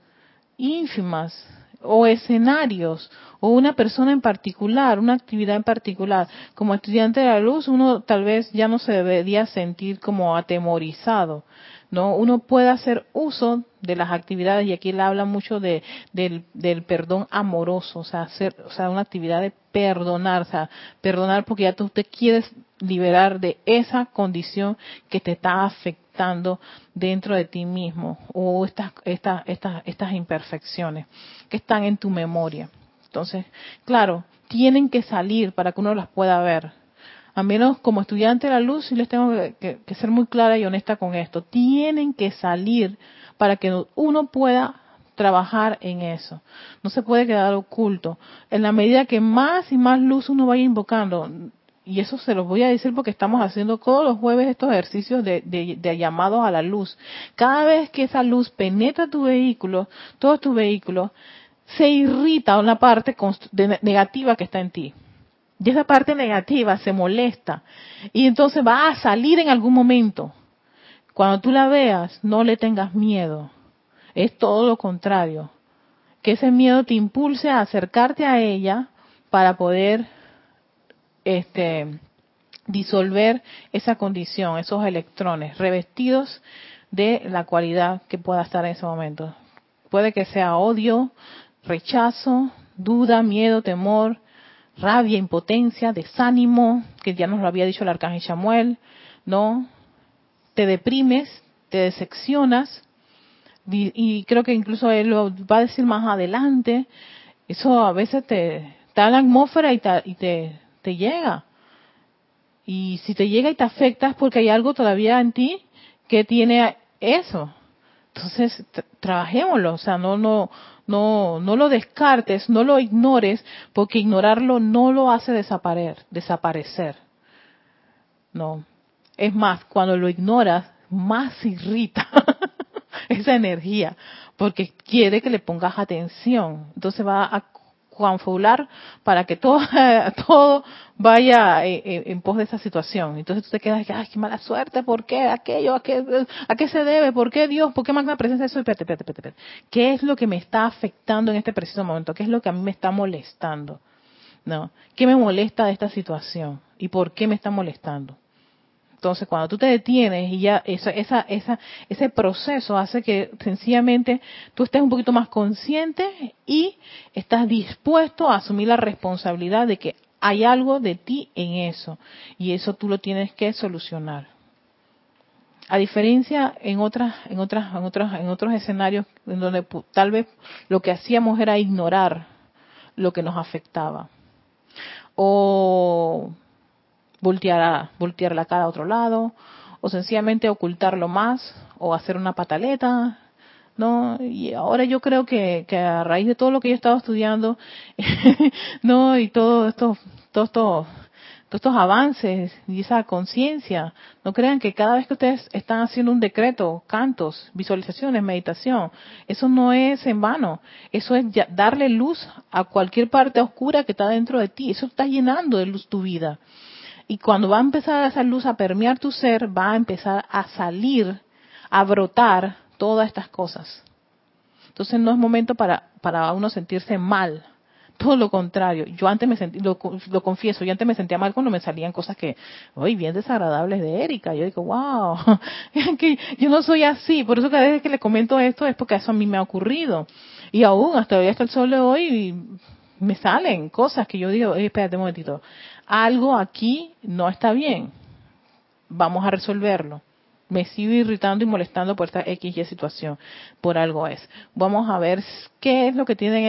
ínfimas, o escenarios, o una persona en particular, una actividad en particular. Como estudiante de la luz, uno tal vez ya no se debería sentir como atemorizado, ¿no? Uno puede hacer uso de las actividades, y aquí él habla mucho del perdón amoroso, o sea, una actividad de perdonar, o sea, perdonar porque ya tú te quieres liberar de esa condición que te está afectando dentro de ti mismo, o estas imperfecciones que están en tu memoria. Entonces, claro, tienen que salir para que uno las pueda ver. A menos como estudiante de la luz, sí les tengo que ser muy clara y honesta con esto. Tienen que salir para que uno pueda trabajar en eso. No se puede quedar oculto. En la medida que más y más luz uno vaya invocando, y eso se los voy a decir porque estamos haciendo todos los jueves estos ejercicios de llamados a la luz. Cada vez que esa luz penetra tu vehículo, todo tu vehículo, se irrita una parte negativa que está en ti. Y esa parte negativa se molesta. Y entonces va a salir en algún momento. Cuando tú la veas, no le tengas miedo. Es todo lo contrario. Que ese miedo te impulse a acercarte a ella para poder disolver esa condición, esos electrones revestidos de la cualidad que pueda estar en ese momento. Puede que sea odio, rechazo, duda, miedo, temor, rabia, impotencia, desánimo, que ya nos lo había dicho el arcángel Samuel, ¿no? Te deprimes, te decepcionas, y creo que incluso él lo va a decir más adelante. Eso a veces te da la atmósfera y te llega. Y si te llega y te afecta es porque hay algo todavía en ti que tiene eso. Entonces, trabajémoslo, o sea, no lo descartes, no lo ignores, porque ignorarlo no lo hace desaparecer. No. Es más, cuando lo ignoras, más se irrita. esa energía, porque quiere que le pongas atención. Entonces va a confabular para que todo, todo vaya en pos de esa situación. Entonces tú te quedas, ay, qué mala suerte, ¿por qué? Aquello, ¿a qué se debe? ¿Por qué Dios? ¿Por qué magna presencia de eso? Espérate. ¿Qué es lo que me está afectando en este preciso momento? ¿Qué es lo que a mí me está molestando? ¿No? ¿Qué me molesta de esta situación? ¿Y por qué me está molestando? Entonces, cuando tú te detienes y ya ese proceso hace que sencillamente tú estés un poquito más consciente y estás dispuesto a asumir la responsabilidad de que hay algo de ti en eso y eso tú lo tienes que solucionar. A diferencia en otros escenarios en donde tal vez lo que hacíamos era ignorar lo que nos afectaba o voltear la cara a otro lado, o sencillamente ocultarlo más, o hacer una pataleta, ¿no? Y ahora yo creo que a raíz de todo lo que yo he estado estudiando, ¿no? Y todos estos avances y esa conciencia, no crean que cada vez que ustedes están haciendo un decreto, cantos, visualizaciones, meditación, eso no es en vano, eso es darle luz a cualquier parte oscura que está dentro de ti, eso está llenando de luz tu vida. Y cuando va a empezar esa luz a permear tu ser, va a empezar a salir, a brotar todas estas cosas. Entonces no es momento para uno sentirse mal. Todo lo contrario. Yo antes me sentí, lo confieso, yo antes me sentía mal cuando me salían cosas que, hoy bien desagradables de Erika. Yo digo, wow, que yo no soy así. Por eso cada vez que le comento esto es porque eso a mí me ha ocurrido. Y aún hasta hoy, hasta el sol de hoy, me salen cosas que yo digo, espérate un momentito, algo aquí no está bien, vamos a resolverlo. Me sigo irritando y molestando por esta X y situación, por algo es. Vamos a ver qué es lo que tienen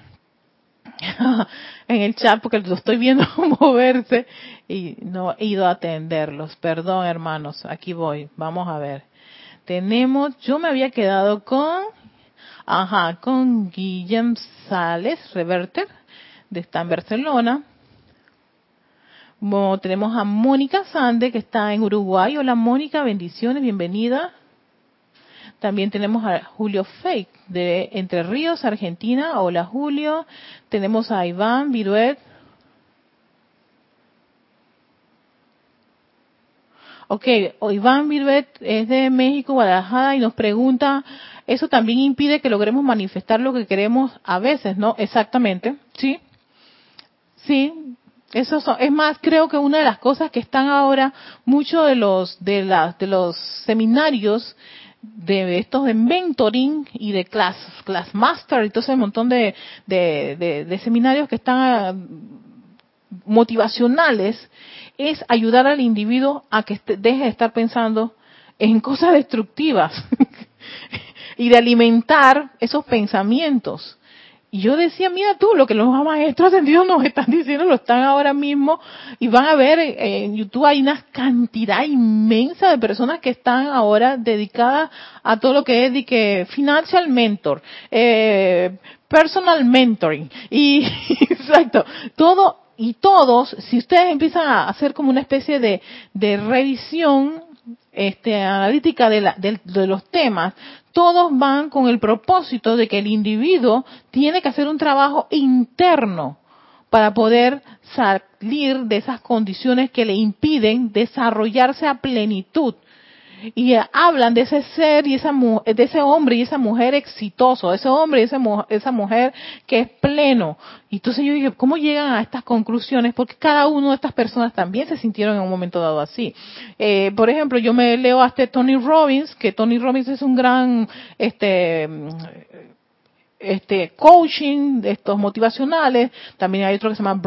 en el chat, porque lo estoy viendo moverse y no he ido a atenderlos. Perdón, hermanos, aquí voy, vamos a ver. Yo me había quedado con Guillem Sales, Reverter, está en Barcelona. Tenemos a Mónica Sande, que está en Uruguay. Hola Mónica, bendiciones, bienvenida. También tenemos a Julio Fake, de Entre Ríos, Argentina. Hola Julio. Tenemos a Iván Viruet. Ok, Iván Viruet es de México, Guadalajara, y nos pregunta, ¿eso también impide que logremos manifestar lo que queremos a veces, no? Exactamente, sí. Sí, es más, creo que una de las cosas que están ahora, muchos de los seminarios de estos de mentoring y de class master y todo ese montón de seminarios que están motivacionales, es ayudar al individuo a que deje de estar pensando en cosas destructivas y de alimentar esos pensamientos. Y yo decía, mira tú, lo que los maestros ascendidos nos están diciendo, lo están ahora mismo, y van a ver, en YouTube hay una cantidad inmensa de personas que están ahora dedicadas a todo lo que es de que financial mentor, personal mentoring, y exacto, todo, y todos, si ustedes empiezan a hacer como una especie de revisión analítica de los temas, todos van con el propósito de que el individuo tiene que hacer un trabajo interno para poder salir de esas condiciones que le impiden desarrollarse a plenitud. Y hablan de ese ser y de ese hombre y esa mujer exitoso, ese hombre y esa mujer que es pleno. Y entonces yo digo, ¿cómo llegan a estas conclusiones? Porque cada una de estas personas también se sintieron en un momento dado así. Por ejemplo, yo me leo hasta Tony Robbins, que Tony Robbins es un gran coaching de estos motivacionales. También hay otro que se llama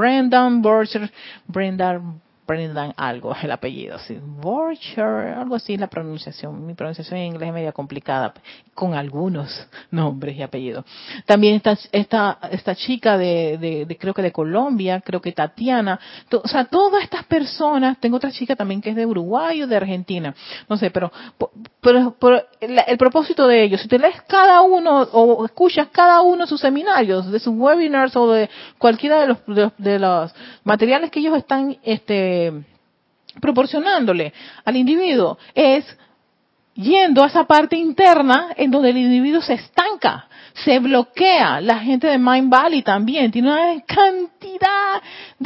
Brendan algo, el apellido, sí, Borcher, algo así la pronunciación. Mi pronunciación en inglés es media complicada, con algunos nombres y apellidos. También está esta chica creo que de Colombia, creo que Tatiana, o sea, todas estas personas, tengo otra chica también que es de Uruguay o de Argentina, no sé, pero el propósito de ellos, si te lees cada uno o escuchas cada uno de sus seminarios, de sus webinars o de cualquiera de los materiales que ellos están proporcionándole al individuo, es yendo a esa parte interna en donde el individuo se estanca, se bloquea. La gente de Mind Valley también tiene una cantidad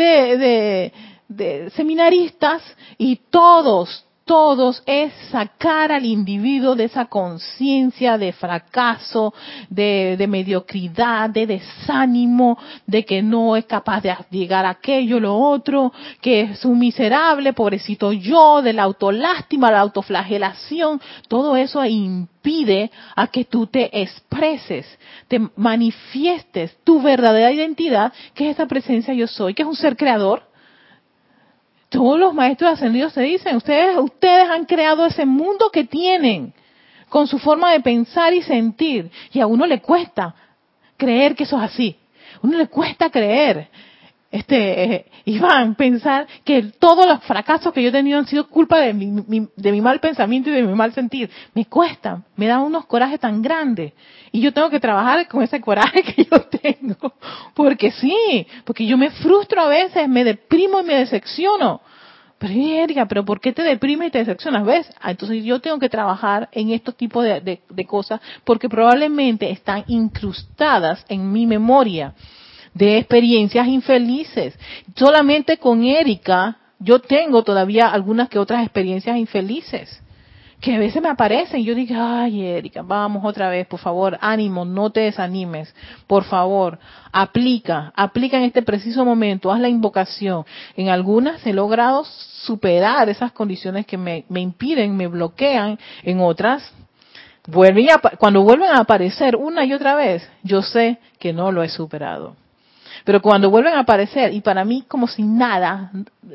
de seminaristas y todos es sacar al individuo de esa conciencia de fracaso, de mediocridad, de desánimo, de que no es capaz de llegar a aquello, lo otro, que es un miserable, pobrecito yo, de la autolástima, la autoflagelación. Todo eso impide a que tú te expreses, te manifiestes tu verdadera identidad, que es esa presencia yo soy, que es un ser creador. Todos los maestros ascendidos te dicen, ustedes han creado ese mundo que tienen, con su forma de pensar y sentir. Y a uno le cuesta creer que eso es así. A uno le cuesta creer, Iván, pensar que todos los fracasos que yo he tenido han sido culpa de mi mal pensamiento y de mi mal sentir. Me cuesta, me da unos corajes tan grandes. Y yo tengo que trabajar con ese coraje que yo tengo. Porque yo me frustro a veces, me deprimo y me decepciono. Pero Erika, ¿pero por qué te deprimes y te decepcionas? ¿Ves? Entonces yo tengo que trabajar en estos tipos de cosas porque probablemente están incrustadas en mi memoria de experiencias infelices. Solamente con Erika yo tengo todavía algunas que otras experiencias infelices que a veces me aparecen. Yo digo, ay Erika, vamos otra vez, por favor, ánimo, no te desanimes, por favor, aplica en este preciso momento, haz la invocación. En algunas he logrado superar esas condiciones que me impiden, me bloquean, en otras cuando vuelven a aparecer una y otra vez, yo sé que no lo he superado. Pero cuando vuelven a aparecer, y para mí como si nada,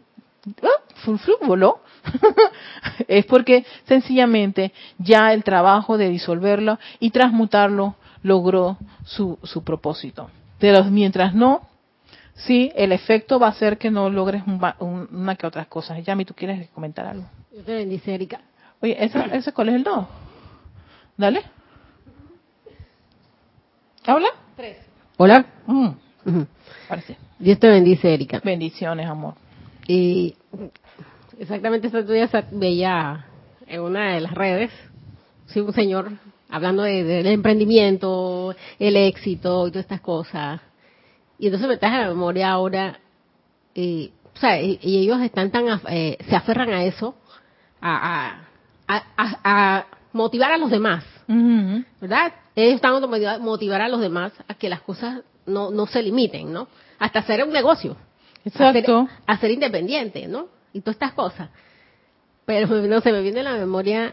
voló, es porque sencillamente ya el trabajo de disolverlo y transmutarlo logró su propósito. Pero mientras no, sí, el efecto va a ser que no logres una que otras cosas. Yami, ¿tú quieres comentar algo? Yo te bendice, Erika. Oye, ¿ese cuál es el 2? Dale. ¿Habla? 3. Hola. Parece. Dios te bendice, Erika. Bendiciones, amor. Y exactamente esta día veía en una de las redes, sí, un señor hablando del emprendimiento, el éxito y todas estas cosas. Y entonces me traje a la memoria ahora, y ellos están se aferran a eso, a motivar a los demás, ¿verdad? Ellos están motivar a los demás a que las cosas no se limiten, ¿no? Hasta hacer un negocio. Exacto. A ser independiente, ¿no? Y todas estas cosas. Pero no se me viene a la memoria,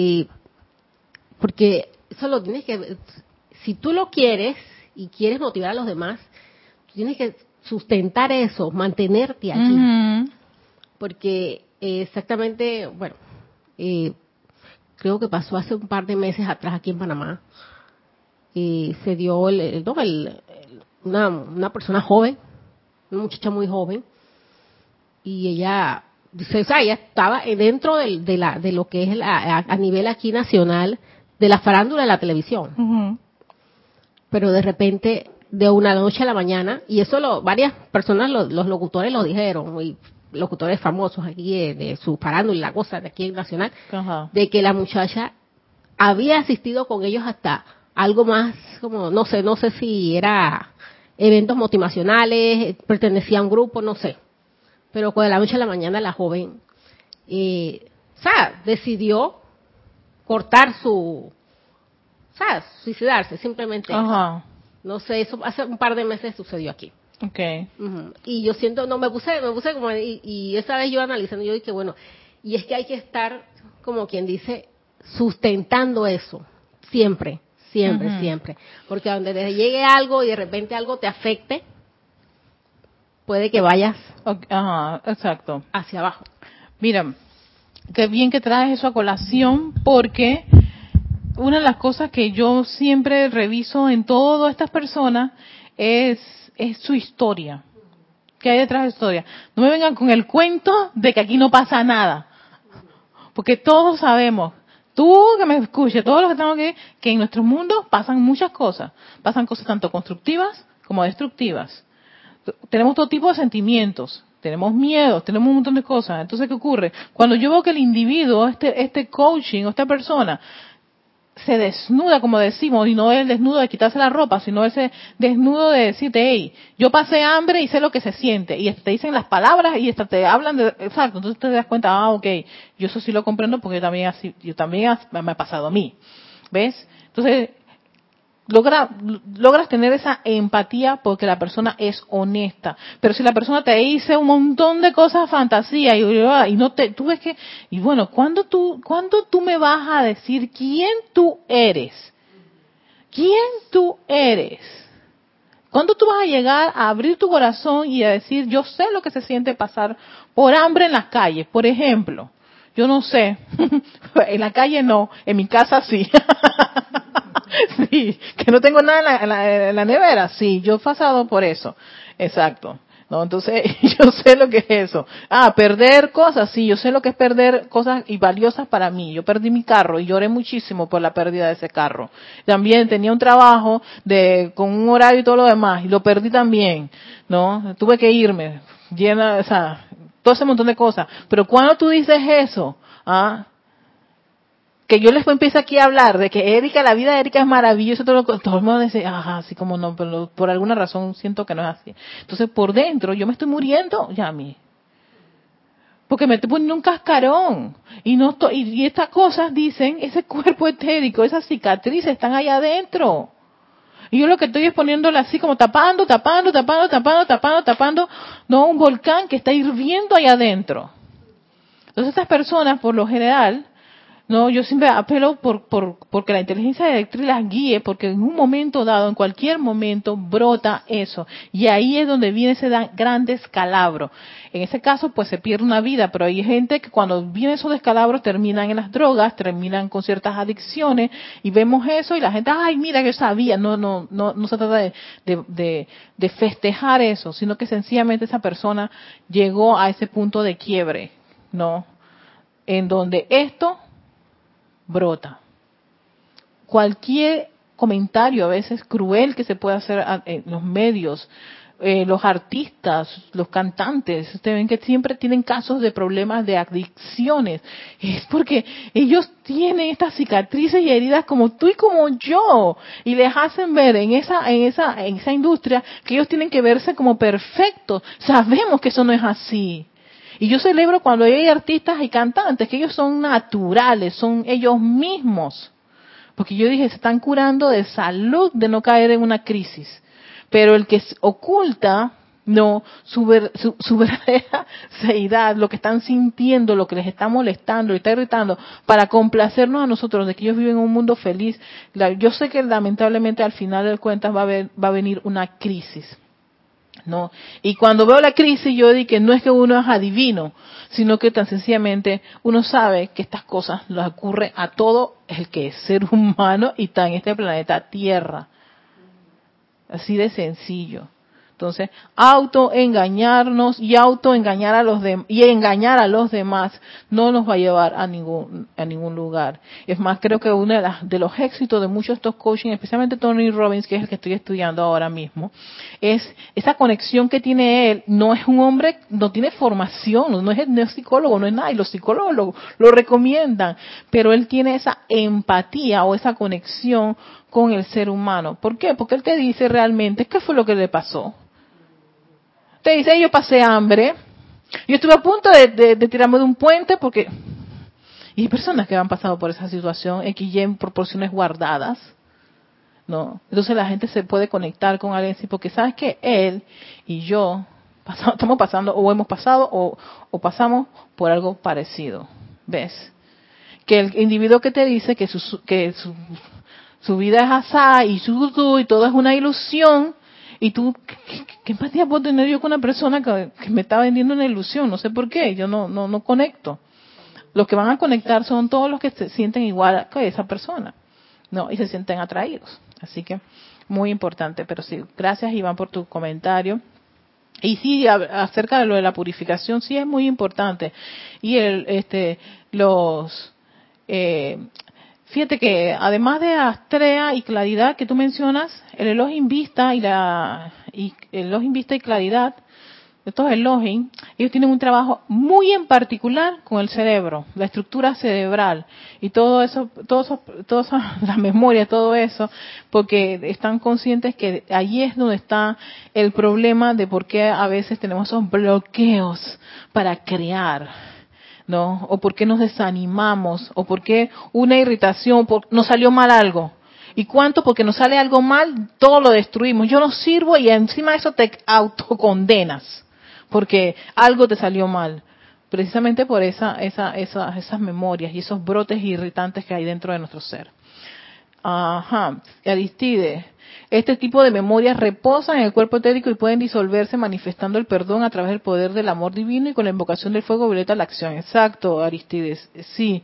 porque eso lo tienes que, si tú lo quieres y quieres motivar a los demás, tú tienes que sustentar eso, mantenerte allí. Porque exactamente, bueno, creo que pasó hace un par de meses atrás aquí en Panamá, se dio una persona joven, una muchacha muy joven, y ella ella estaba dentro de lo que es a nivel aquí nacional de la farándula de la televisión. Pero de repente, de una noche a la mañana, y eso varias personas, los locutores lo dijeron, y locutores famosos aquí de su farándula, la cosa de aquí en nacional, de que la muchacha había asistido con ellos hasta algo más, como no sé si era eventos motivacionales, pertenecía a un grupo, no sé. Pero de la noche a la mañana la joven, decidió cortar suicidarse, simplemente. Ajá. No sé, eso hace un par de meses sucedió aquí. Okay. Y yo siento, me puse como, y esa vez yo analizando, yo dije, bueno, y es que hay que estar, como quien dice, sustentando eso, siempre, siempre. Porque a donde te llegue algo y de repente algo te afecte, puede que vayas exacto, hacia abajo. Mira, qué bien que traes eso a colación, porque una de las cosas que yo siempre reviso en todas estas personas es su historia. ¿Qué hay detrás de su historia? No me vengan con el cuento de que aquí no pasa nada, porque todos sabemos, tú que me escuches, todos los que estamos aquí, que en nuestro mundo pasan muchas cosas. Pasan cosas tanto constructivas como destructivas. Tenemos todo tipo de sentimientos, tenemos miedo, tenemos un montón de cosas. Entonces, ¿qué ocurre? Cuando yo veo que el individuo, este coaching o esta persona, se desnuda, como decimos, y no el desnudo de quitarse la ropa, sino ese desnudo de decirte, hey, yo pasé hambre y sé lo que se siente, y te dicen las palabras y hasta te hablan de, exacto, entonces te das cuenta, ok, yo eso sí lo comprendo porque yo también me ha pasado a mí, ¿ves? Entonces, logras tener esa empatía porque la persona es honesta. Pero si la persona te dice un montón de cosas fantasía y no te, tú ves que, y bueno, ¿cuándo tú me vas a decir quién tú eres? ¿Quién tú eres? ¿Cuándo tú vas a llegar a abrir tu corazón y a decir, yo sé lo que se siente pasar por hambre en las calles? Por ejemplo, yo no sé, en la calle no, en mi casa sí. Sí, que no tengo nada en la nevera. Sí, yo he pasado por eso. Exacto. No, entonces yo sé lo que es eso. Perder cosas. Sí, yo sé lo que es perder cosas y valiosas para mí. Yo perdí mi carro y lloré muchísimo por la pérdida de ese carro. También tenía un trabajo con un horario y todo lo demás y lo perdí también, ¿no? Tuve que irme, o sea, todo ese montón de cosas. Pero cuando tú dices eso, que yo les empiezo aquí a hablar de que Erika, la vida de Erika es maravillosa, todo el mundo dice, ajá, así como no, pero por alguna razón siento que no es así. Entonces, por dentro, yo me estoy muriendo, ya a mí. Porque me estoy poniendo un cascarón. Y estas cosas dicen, ese cuerpo etérico, esas cicatrices están allá adentro. Y yo lo que estoy es poniéndole así como tapando, no, un volcán que está hirviendo allá adentro. Entonces, estas personas, por lo general, no, yo siempre apelo porque la inteligencia directriz las guíe, porque en un momento dado, en cualquier momento, brota eso. Y ahí es donde viene ese gran descalabro. En ese caso, pues se pierde una vida, pero hay gente que cuando vienen esos descalabros terminan en las drogas, terminan con ciertas adicciones, y vemos eso y la gente, ay, mira, yo sabía. No se trata de festejar eso, sino que sencillamente esa persona llegó a ese punto de quiebre, ¿no? En donde esto brota. Cualquier comentario a veces cruel que se puede hacer en los medios, los artistas, los cantantes, ustedes ven que siempre tienen casos de problemas de adicciones, es porque ellos tienen estas cicatrices y heridas como tú y como yo, y les hacen ver en esa industria que ellos tienen que verse como perfectos. Sabemos que eso no es así. Y yo celebro cuando hay artistas y cantantes que ellos son naturales, son ellos mismos. Porque yo dije, se están curando de salud, de no caer en una crisis. Pero el que oculta, no, su verdadera seidad, lo que están sintiendo, lo que les está molestando, les está irritando, para complacernos a nosotros de que ellos viven en un mundo feliz. Yo sé que lamentablemente al final del cuentas va a venir una crisis. ¿No? Y cuando veo la crisis yo digo que no es que uno es adivino, sino que tan sencillamente uno sabe que estas cosas les ocurre a todo el que es ser humano y está en este planeta Tierra. Así de sencillo. Entonces, autoengañarnos y autoengañar y engañar a los demás no nos va a llevar a ningún lugar. Es más, creo que uno de los éxitos de muchos de estos coaching, especialmente Tony Robbins, que es el que estoy estudiando ahora mismo, es esa conexión que tiene él. No es un hombre, no tiene formación, no es psicólogo, no es nada, y los psicólogos lo recomiendan, pero él tiene esa empatía o esa conexión con el ser humano. ¿Por qué? Porque él te dice realmente qué fue lo que le pasó. Te dice, yo pasé hambre, yo estuve a punto de tirarme de un puente porque... Y hay personas que han pasado por esa situación, X y en proporciones guardadas, ¿no? Entonces la gente se puede conectar con alguien así, porque sabes que él y yo estamos pasando, o hemos pasado, o pasamos por algo parecido, ¿ves? Que el individuo que te dice que su vida es asá y y todo es una ilusión, y tú, ¿qué empatía puedo tener yo con una persona que me está vendiendo una ilusión? No sé por qué, yo no conecto. Los que van a conectar son todos los que se sienten igual que esa persona, ¿no? Y se sienten atraídos. Así que, muy importante. Pero sí, gracias Iván por tu comentario. Y sí, acerca de lo de la purificación, sí es muy importante. Y fíjate que además de Astrea y claridad que tú mencionas, el Elohim Vista y Elohim Vista y claridad estos Elohim, ellos tienen un trabajo muy en particular con el cerebro, la estructura cerebral y todo eso, la memoria, todo eso, porque están conscientes que allí es donde está el problema de por qué a veces tenemos esos bloqueos para crear, ¿no? O por qué nos desanimamos, o por qué una irritación, nos salió mal algo. ¿Y cuánto? Porque nos sale algo mal, todo lo destruimos. Yo no sirvo y encima de eso te autocondenas porque algo te salió mal, precisamente por esas memorias y esos brotes irritantes que hay dentro de nuestro ser. Ajá, Aristide, este tipo de memorias reposan en el cuerpo etérico y pueden disolverse manifestando el perdón a través del poder del amor divino y con la invocación del fuego violeta a la acción. Exacto, Aristides, sí,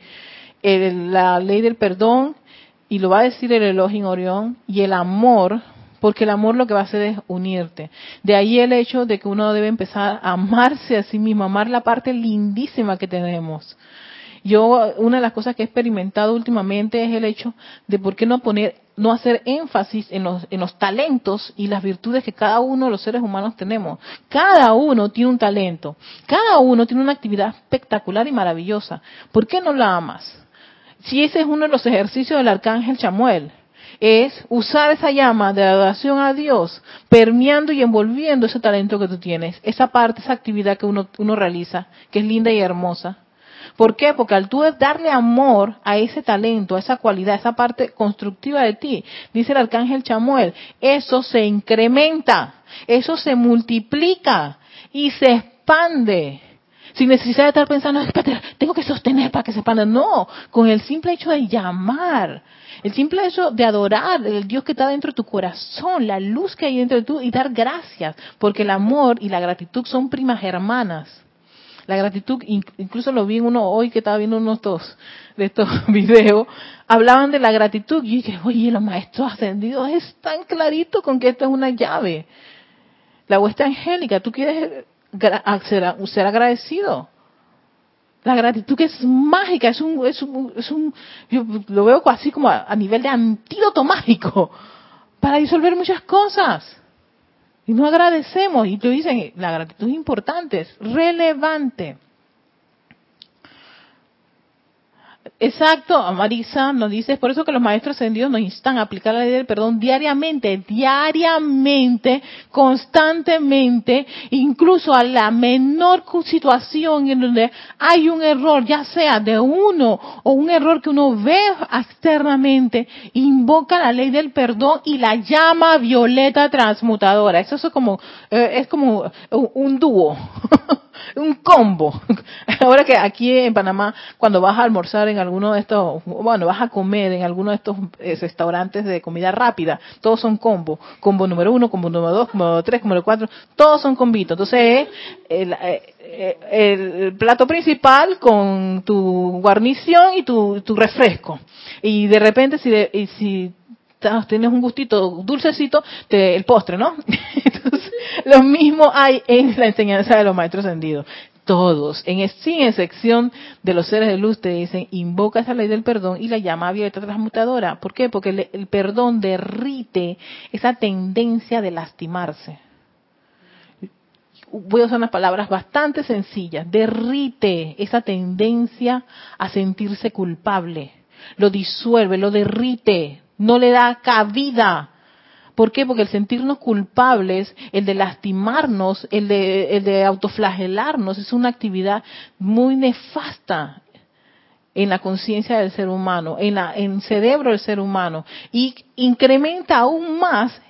la ley del perdón, y lo va a decir el Elohim Orión, y el amor, porque el amor lo que va a hacer es unirte. De ahí el hecho de que uno debe empezar a amarse a sí mismo, amar la parte lindísima que tenemos. Yo, una de las cosas que he experimentado últimamente es el hecho de por qué no hacer énfasis en los talentos y las virtudes que cada uno de los seres humanos tenemos. Cada uno tiene un talento, cada uno tiene una actividad espectacular y maravillosa. ¿Por qué no la amas? Si ese es uno de los ejercicios del arcángel Chamuel, es usar esa llama de adoración a Dios, permeando y envolviendo ese talento que tú tienes, esa parte, esa actividad que uno realiza, que es linda y hermosa. ¿Por qué? Porque al tú darle amor a ese talento, a esa cualidad, a esa parte constructiva de ti, dice el arcángel Chamuel, eso se incrementa, eso se multiplica y se expande. Sin necesidad de estar pensando, espérate, tengo que sostener para que se expanda. No, con el simple hecho de llamar, el simple hecho de adorar el Dios que está dentro de tu corazón, la luz que hay dentro de tú y dar gracias, porque el amor y la gratitud son primas hermanas. La gratitud, incluso lo vi en uno hoy que estaba viendo uno de estos videos, hablaban de la gratitud y dije, oye, los maestros ascendidos es tan clarito con que esto es una llave. La hueste angélica, tú quieres ser agradecido. La gratitud que es mágica, yo lo veo así como a nivel de antídoto mágico para disolver muchas cosas. Y no agradecemos, y te dicen, la gratitud es importante, es relevante. Exacto, Marisa nos dice, es por eso que los maestros ascendidos nos instan a aplicar la ley del perdón diariamente, constantemente, incluso a la menor situación en donde hay un error, ya sea de uno o un error que uno ve externamente, invoca la ley del perdón y la llama violeta transmutadora. Eso es como un dúo. Un combo. Ahora que aquí en Panamá, cuando vas a almorzar en alguno de estos, bueno, vas a comer en alguno de estos restaurantes de comida rápida, todos son combo. Combo número 1, combo número 2, combo número 3, combo número 4, todos son combitos. Entonces, el plato principal con tu guarnición y tu refresco. Y de repente, si tienes un gustito dulcecito, el postre, ¿no? Entonces, lo mismo hay en la enseñanza de los maestros ascendidos. Todos, sin excepción de los seres de luz, te dicen, invoca esa ley del perdón y la llama violeta transmutadora. ¿Por qué? Porque el perdón derrite esa tendencia de lastimarse. Voy a usar unas palabras bastante sencillas. Derrite esa tendencia a sentirse culpable. Lo disuelve, lo derrite. No le da cabida. ¿Por qué? Porque el sentirnos culpables, el de lastimarnos, el de autoflagelarnos, es una actividad muy nefasta en la conciencia del ser humano, en el cerebro del ser humano, y incrementa aún más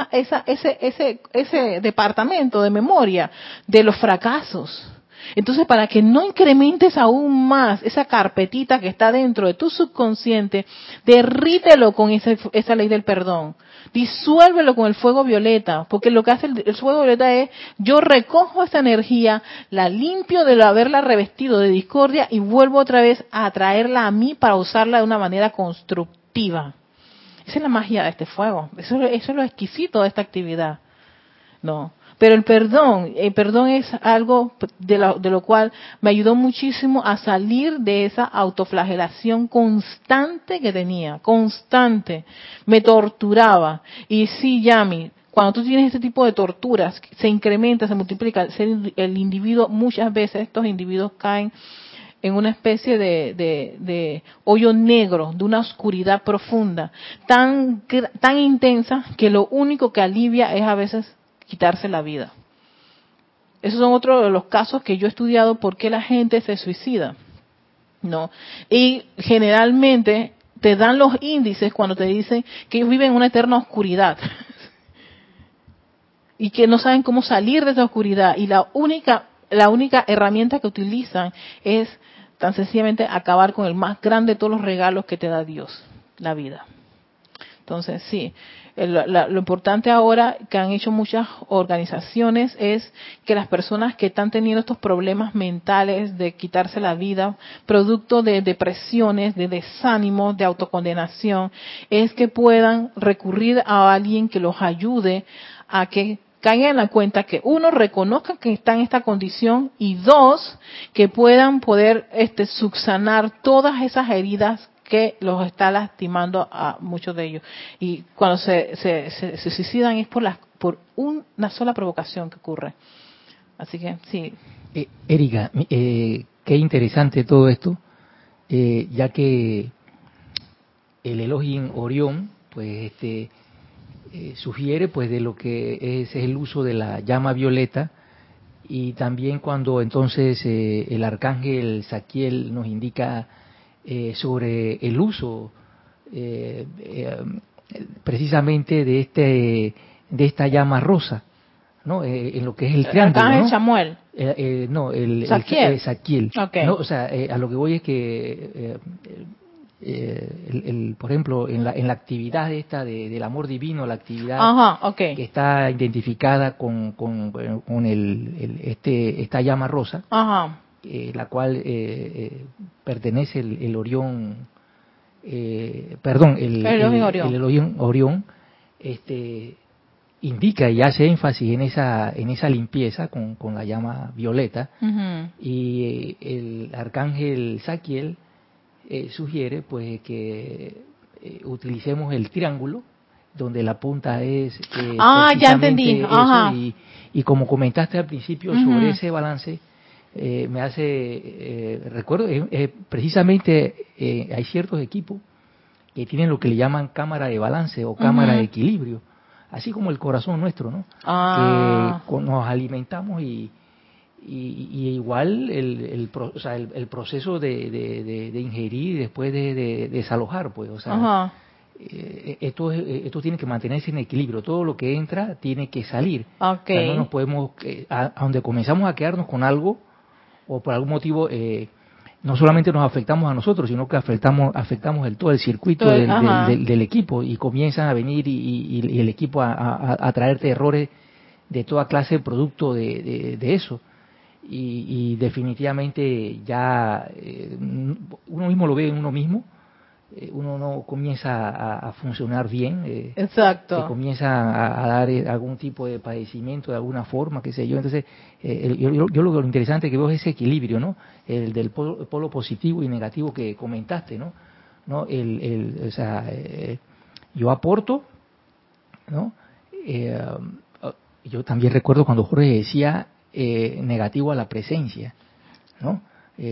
ese departamento de memoria de los fracasos. Entonces, para que no incrementes aún más esa carpetita que está dentro de tu subconsciente, derrítelo con esa ley del perdón. Disuélvelo con el fuego violeta, porque lo que hace el fuego violeta es, yo recojo esta energía, la limpio de haberla revestido de discordia y vuelvo otra vez a atraerla a mí para usarla de una manera constructiva. Esa es la magia de este fuego, eso es lo exquisito de esta actividad, ¿no? Pero el perdón es algo de lo cual me ayudó muchísimo a salir de esa autoflagelación constante que tenía, constante. Me torturaba. Y sí, Yami, cuando tú tienes este tipo de torturas, se incrementa, se multiplica, el individuo, muchas veces estos individuos caen en una especie de hoyo negro, de una oscuridad profunda, tan intensa que lo único que alivia es a veces quitarse la vida. Esos son otros de los casos que yo he estudiado por qué la gente se suicida, ¿no? Y generalmente te dan los índices cuando te dicen que ellos viven en una eterna oscuridad y que no saben cómo salir de esa oscuridad, y la única herramienta que utilizan es tan sencillamente acabar con el más grande de todos los regalos que te da Dios, la vida. Entonces, sí, lo importante ahora que han hecho muchas organizaciones es que las personas que están teniendo estos problemas mentales de quitarse la vida, producto de depresiones, de desánimo, de autocondenación, es que puedan recurrir a alguien que los ayude a que caigan en la cuenta que uno, reconozcan que está en esta condición, y dos, que puedan poder subsanar todas esas heridas que los está lastimando a muchos de ellos. Y cuando se suicidan es por una sola provocación que ocurre. Así que sí. Erika, qué interesante todo esto, ya que el Elohim Orión, pues sugiere pues de lo que es el uso de la llama violeta, y también cuando entonces el arcángel Saquiel nos indica sobre el uso precisamente de esta llama rosa, ¿no? En lo que es el triángulo, Arcángel ¿no? Samuel. No, Saquiel. Saquiel. Okay. No, o sea, a lo que voy es que por ejemplo, en la actividad esta del amor divino, la actividad que está identificada con esta llama rosa, la cual pertenece el Orión, perdón, el Elohim Orión, indica y hace énfasis en esa limpieza con la llama violeta, y el arcángel Saquiel sugiere pues que utilicemos el triángulo, donde la punta es ya entendí. eso, y como comentaste al principio sobre ese balance, me hace recuerdo precisamente hay ciertos equipos que tienen lo que le llaman cámara de balance o cámara de equilibrio, así como el corazón nuestro, ¿no? Que nos alimentamos y igual el proceso de ingerir y después de desalojar, pues, o sea, esto tiene que mantenerse en equilibrio. Todo lo que entra tiene que salir. O sea, no nos podemos, a donde comenzamos a quedarnos con algo, o por algún motivo, no solamente nos afectamos a nosotros, sino que afectamos todo el circuito del equipo, y comienzan a venir y el equipo a traerte errores de toda clase producto de eso. Y definitivamente ya uno mismo lo ve en uno mismo, uno no comienza a funcionar bien, Exacto. que comienza a dar algún tipo de padecimiento de alguna forma, qué sé yo. Entonces, yo lo interesante que veo es ese equilibrio, ¿no? El del polo positivo y negativo que comentaste, ¿no? O sea, yo aporto, ¿no? Yo también recuerdo cuando Jorge decía negativo a la presencia, ¿no?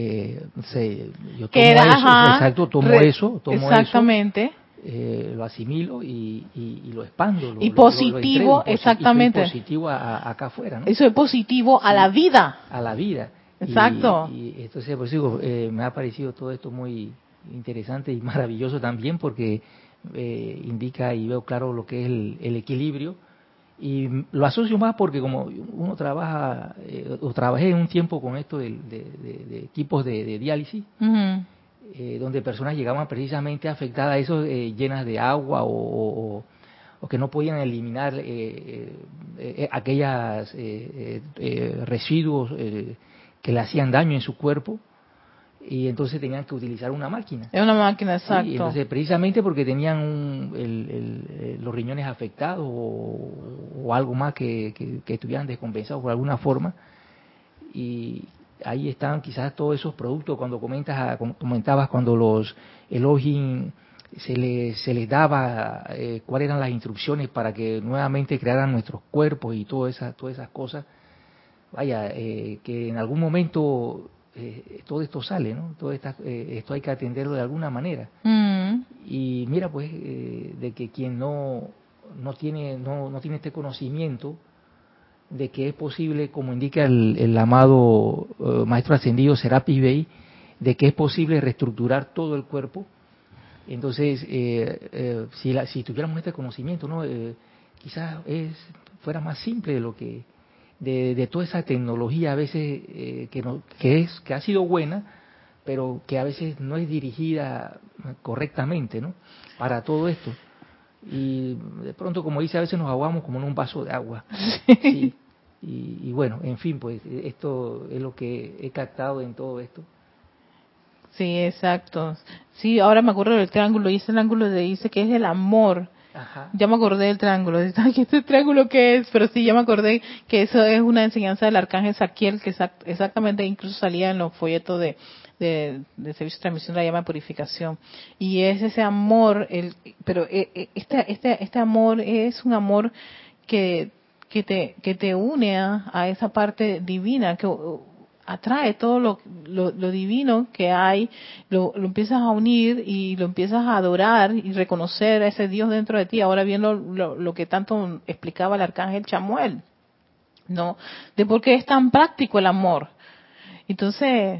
Yo tomo eso, tomo exactamente. eso, lo asimilo y lo expando, y positivo, lo exactamente. Y positivo acá afuera, ¿no? Eso es positivo a la vida. A la vida. Exacto. Y entonces, pues digo, me ha parecido todo esto muy interesante y maravilloso también, porque indica y veo claro lo que es el equilibrio. Y lo asocio más porque como uno trabaja, o trabajé un tiempo con esto de equipos de diálisis, donde personas llegaban precisamente afectadas, eso, llenas de agua o que no podían eliminar aquellas residuos que le hacían daño en su cuerpo, y entonces tenían que utilizar una máquina. Es una máquina, exacto. Sí, entonces precisamente porque tenían los riñones afectados o algo más que estuvieran descompensados por alguna forma, y ahí están quizás todos esos productos. Cuando comentabas cuando los Elohim se les daba cuáles eran las instrucciones para que nuevamente crearan nuestros cuerpos y todas esas cosas. Vaya, que en algún momento todo esto sale, ¿no? Esto hay que atenderlo de alguna manera. Y mira, pues, de que quien no tiene este conocimiento de que es posible, como indica el amado maestro ascendido Serapis Bey, de que es posible reestructurar todo el cuerpo. Entonces, si tuviéramos este conocimiento, ¿no? Quizás fuera más simple de lo que de toda esa tecnología a veces que ha sido buena, pero que a veces no es dirigida correctamente, ¿no? Para todo esto. Y de pronto, como dice, a veces nos ahogamos como en un vaso de agua. Sí. Y bueno, en fin, pues esto es lo que he captado en todo esto. Sí, exacto. Sí, ahora me acuerdo del triángulo, y ese triángulo dice que es el amor. Ajá. Ya me acordé del triángulo. Ay, ¿este triángulo qué es? Pero sí, ya me acordé que eso es una enseñanza del arcángel Saquiel, que exactamente incluso salía en los folletos de servicio de transmisión de la llama de purificación. Y es ese amor, pero este amor es un amor que te une a esa parte divina, que atrae todo lo divino que hay, lo empiezas a unir y lo empiezas a adorar y reconocer a ese Dios dentro de ti. Ahora viendo lo que tanto explicaba el arcángel Chamuel, ¿no? De por qué es tan práctico el amor. Entonces,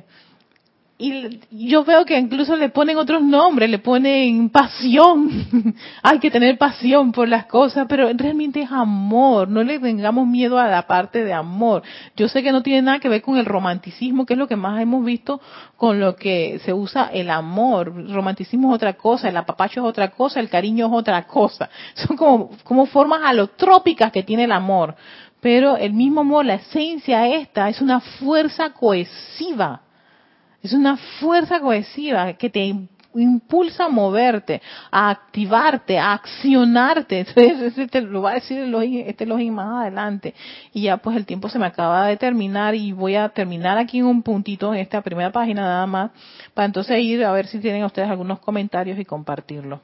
y yo veo que incluso le ponen otros nombres, le ponen pasión. Hay que tener pasión por las cosas, pero realmente es amor. No le tengamos miedo a la parte de amor. Yo sé que no tiene nada que ver con el romanticismo, que es lo que más hemos visto con lo que se usa el amor. El romanticismo es otra cosa, el apapacho es otra cosa, el cariño es otra cosa. Son como formas alotrópicas que tiene el amor. Pero el mismo amor, la esencia esta, es una fuerza cohesiva. Es una fuerza cohesiva que te impulsa a moverte, a activarte, a accionarte. Entonces, te lo va a decir este Elohim más adelante. Y ya pues el tiempo se me acaba de terminar y voy a terminar aquí en un puntito, en esta primera página nada más, para entonces ir a ver si tienen ustedes algunos comentarios y compartirlo.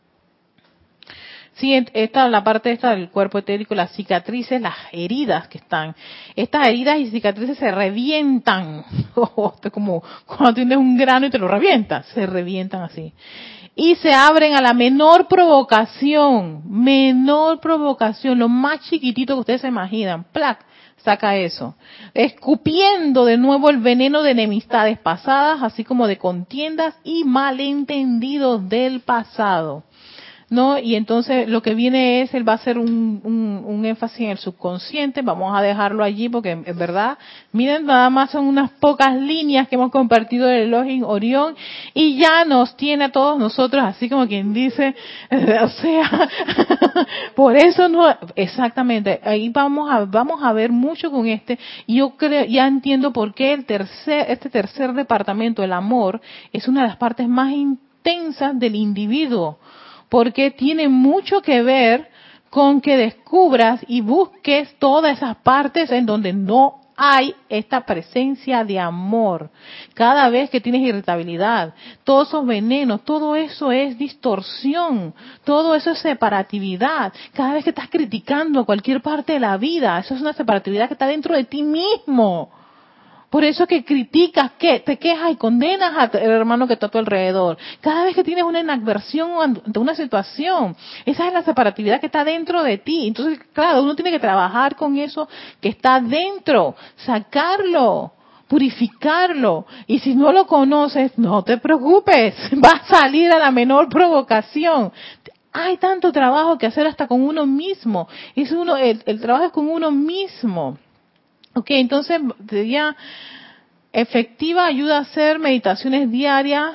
Sí, la parte esta del cuerpo etérico, las cicatrices, las heridas que están. Estas heridas y cicatrices se revientan. Esto es como cuando tienes un grano y te lo revientas. Se revientan así. Y se abren a la menor provocación. Menor provocación. Lo más chiquitito que ustedes se imaginan. ¡Plac! Saca eso. Escupiendo de nuevo el veneno de enemistades pasadas, así como de contiendas y malentendidos del pasado. ¿No? Y entonces lo que viene es, él va a hacer un énfasis en el subconsciente, vamos a dejarlo allí porque en verdad, miren, nada más son unas pocas líneas que hemos compartido del Elohim Orión y ya nos tiene a todos nosotros, así como quien dice, o sea, por eso no, exactamente, ahí vamos a ver mucho con y yo creo, ya entiendo por qué este tercer departamento, el amor, es una de las partes más intensas del individuo, porque tiene mucho que ver con que descubras y busques todas esas partes en donde no hay esta presencia de amor. Cada vez que tienes irritabilidad, todos esos venenos, todo eso es distorsión, todo eso es separatividad. Cada vez que estás criticando a cualquier parte de la vida, eso es una separatividad que está dentro de ti mismo. Por eso que criticas, que te quejas y condenas al hermano que está a tu alrededor. Cada vez que tienes una inadversión ante una situación, esa es la separatividad que está dentro de ti. Entonces, claro, uno tiene que trabajar con eso que está dentro, sacarlo, purificarlo. Y si no lo conoces, no te preocupes, va a salir a la menor provocación. Hay tanto trabajo que hacer hasta con uno mismo. El trabajo es con uno mismo. Ok, entonces sería efectiva ayuda a hacer meditaciones diarias.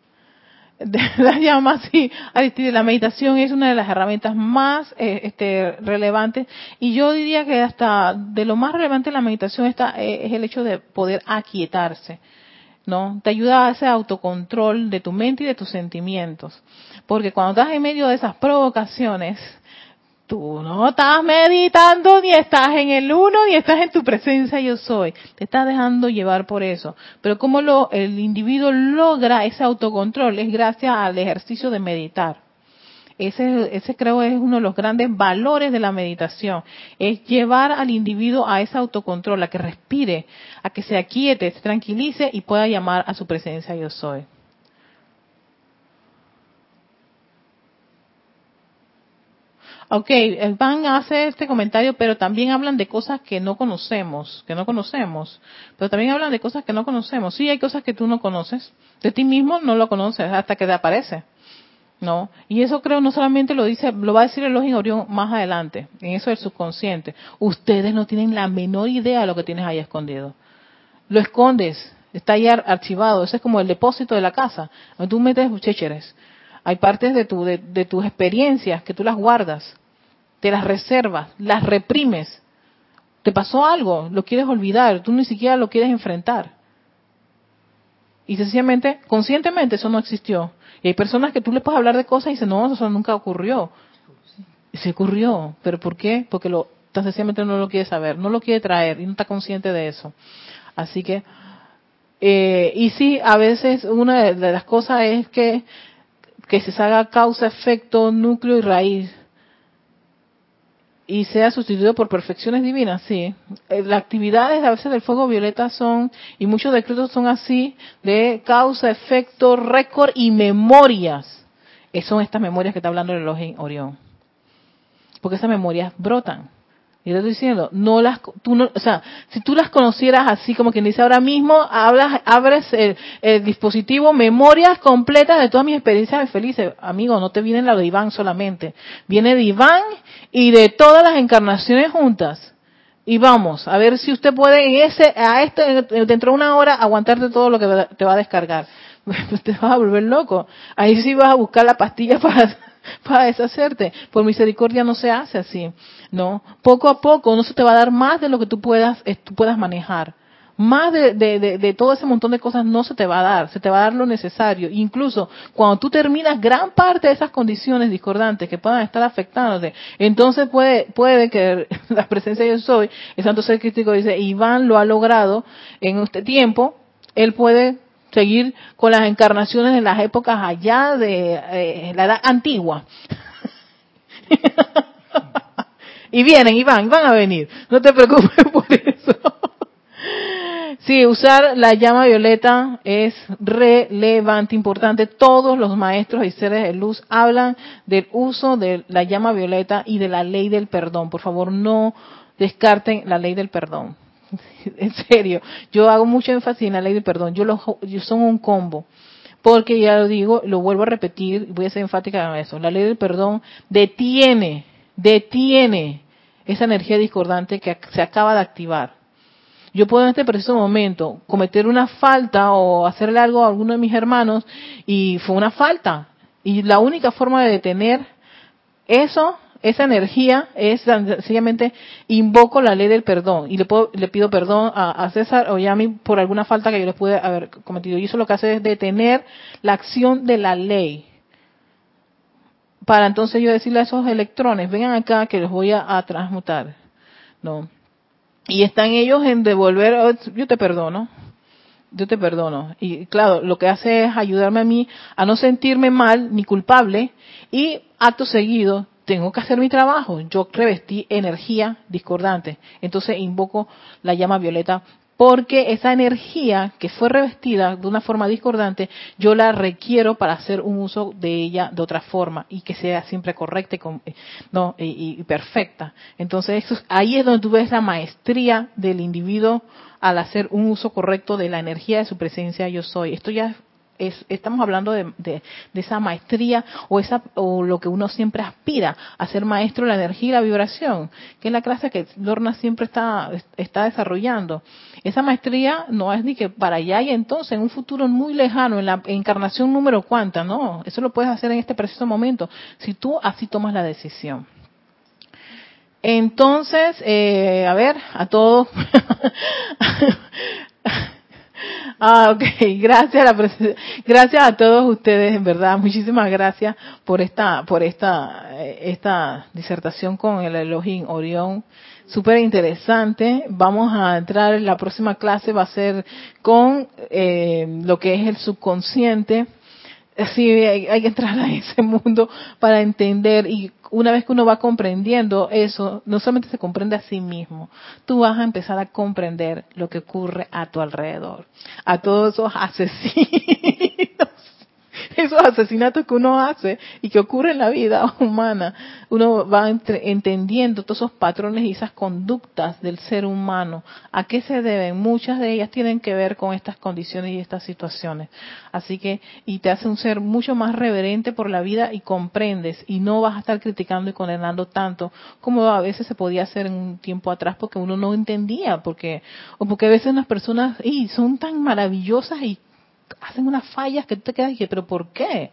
La llama así, Aristide, la meditación es una de las herramientas más relevantes y yo diría que hasta de lo más relevante de la meditación es el hecho de poder aquietarse, ¿no? Te ayuda a ese autocontrol de tu mente y de tus sentimientos, porque cuando estás en medio de esas provocaciones, Tú no estás meditando, ni estás en el uno, ni estás en tu presencia yo soy. Te estás dejando llevar por eso. Pero cómo el individuo logra ese autocontrol es gracias al ejercicio de meditar. Ese creo es uno de los grandes valores de la meditación. Es llevar al individuo a ese autocontrol, a que respire, a que se aquiete, se tranquilice y pueda llamar a su presencia yo soy. Ok, el Van hace este comentario, pero también hablan de cosas que no conocemos, pero también hablan de cosas que no conocemos. Sí, hay cosas que tú no conoces, de ti mismo no lo conoces hasta que te aparece, ¿no? Y eso creo no solamente lo va a decir el Elohim Orión más adelante, en eso del subconsciente. Ustedes no tienen la menor idea de lo que tienes ahí escondido. Lo escondes, está ahí archivado, ese es como el depósito de la casa, donde tú metes chécheres. Hay partes de tus experiencias que tú las guardas, te las reservas, las reprimes. Te pasó algo, lo quieres olvidar, tú ni siquiera lo quieres enfrentar. Y sencillamente, conscientemente eso no existió. Y hay personas que tú le puedes hablar de cosas y dicen, no, eso nunca ocurrió. Y se ocurrió, ¿pero por qué? Porque tan sencillamente no lo quiere saber, no lo quiere traer y no está consciente de eso. Así que, y sí, a veces una de las cosas es que se haga causa, efecto, núcleo y raíz. Y sea sustituido por perfecciones divinas, sí. Las actividades a veces del fuego violeta y muchos decretos son así, de causa, efecto, récord y memorias. Son estas memorias que está hablando el Elohim Orión. Porque esas memorias brotan. Y te estoy diciendo, si tú las conocieras así, como quien dice ahora mismo, abres el dispositivo, memorias completas de todas mis experiencias felices. Amigo, no te viene la de Iván solamente. Viene de Iván y de todas las encarnaciones juntas. Y vamos, a ver si usted puede dentro de una hora aguantarte todo lo que te va a descargar. Te vas a volver loco. Ahí sí vas a buscar la pastilla para deshacerte. Por misericordia no se hace así, ¿no? Poco a poco no se te va a dar más de lo que tú puedas manejar. Más de todo ese montón de cosas no se te va a dar, se te va a dar lo necesario. Incluso cuando tú terminas gran parte de esas condiciones discordantes que puedan estar afectándote, entonces puede que la presencia de yo soy, el santo ser crístico dice, Iván lo ha logrado en este tiempo, él puede seguir con las encarnaciones en las épocas allá de la edad antigua. Y vienen, y van a venir. No te preocupes por eso. Sí, usar la llama violeta es relevante, importante. Todos los maestros y seres de luz hablan del uso de la llama violeta y de la ley del perdón. Por favor, no descarten la ley del perdón. En serio, yo hago mucho énfasis en la ley del perdón. Yo son un combo. Porque ya lo digo, lo vuelvo a repetir, voy a ser enfática en eso. La ley del perdón detiene esa energía discordante que se acaba de activar. Yo puedo en este preciso momento cometer una falta o hacerle algo a alguno de mis hermanos y fue una falta. Y la única forma de detener esa energía es sencillamente invoco la ley del perdón y le pido perdón a César o Yami por alguna falta que yo les pude haber cometido. Y eso lo que hace es detener la acción de la ley. Para entonces yo decirle a esos electrones, vengan acá que los voy a transmutar. No. Y están ellos en devolver, yo te perdono. Y claro, lo que hace es ayudarme a mí a no sentirme mal ni culpable y acto seguido tengo que hacer mi trabajo. Yo revestí energía discordante. Entonces invoco la llama violeta porque esa energía que fue revestida de una forma discordante, yo la requiero para hacer un uso de ella de otra forma y que sea siempre correcta y perfecta. Entonces ahí es donde tú ves la maestría del individuo al hacer un uso correcto de la energía de su presencia yo soy. Esto ya estamos hablando de esa maestría o lo que uno siempre aspira a ser maestro de la energía y la vibración, que es la clase que Lorna siempre está desarrollando. Esa maestría no es ni que para allá y entonces en un futuro muy lejano, en la encarnación número cuánta, no, eso lo puedes hacer en este preciso momento, si tú así tomas la decisión. Entonces, a ver, a todos. Ok, gracias a todos ustedes, en verdad, muchísimas gracias por esta esta disertación con el Elohim Orión, súper interesante. Vamos a entrar en la próxima clase, va a ser con lo que es el subconsciente. Sí, hay que entrar a ese mundo para entender, y una vez que uno va comprendiendo eso, no solamente se comprende a sí mismo, tú vas a empezar a comprender lo que ocurre a tu alrededor, a todos esos asesinos, esos asesinatos que uno hace y que ocurren en la vida humana. Uno va entendiendo todos esos patrones y esas conductas del ser humano. ¿A qué se deben? Muchas de ellas tienen que ver con estas condiciones y estas situaciones. Así que, y te hace un ser mucho más reverente por la vida, y comprendes, y no vas a estar criticando y condenando tanto como a veces se podía hacer en un tiempo atrás, porque uno no entendía, o porque a veces las personas son tan maravillosas y hacen unas fallas que tú te quedas y que, pero ¿por qué?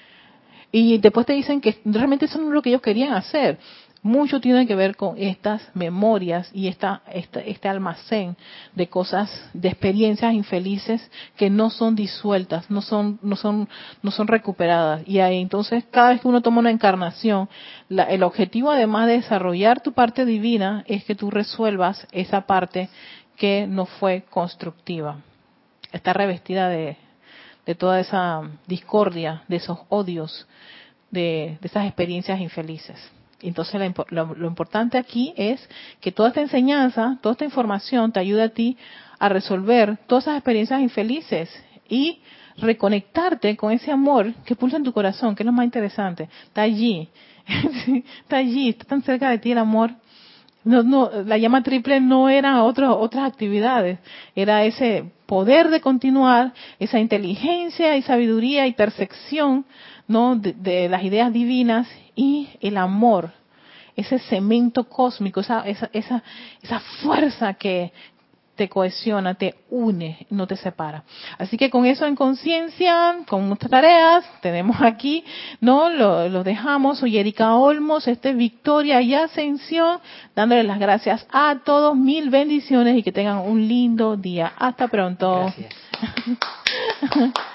Y después te dicen que realmente eso no es lo que ellos querían hacer. Mucho tiene que ver con estas memorias y este almacén de cosas, de experiencias infelices que no son disueltas, no son recuperadas. Y ahí entonces, cada vez que uno toma una encarnación, el objetivo, además de desarrollar tu parte divina, es que tú resuelvas esa parte que no fue constructiva. Está revestida de toda esa discordia, de esos odios, de esas experiencias infelices. Entonces lo importante aquí es que toda esta enseñanza, toda esta información te ayude a ti a resolver todas esas experiencias infelices y reconectarte con ese amor que pulsa en tu corazón, que es lo más interesante. Está allí, está allí, está tan cerca de ti el amor. No, la llama triple no era otras actividades, era ese poder de continuar, esa inteligencia y sabiduría y percepción, ¿no? de las ideas divinas, y el amor, ese cemento cósmico, esa fuerza que te cohesiona, te une, no te separa. Así que con eso en conciencia, con nuestras tareas, tenemos aquí, ¿no? Lo dejamos. Soy Erika Olmos, Victoria y Ascensión, dándoles las gracias a todos, mil bendiciones y que tengan un lindo día. Hasta pronto. Gracias.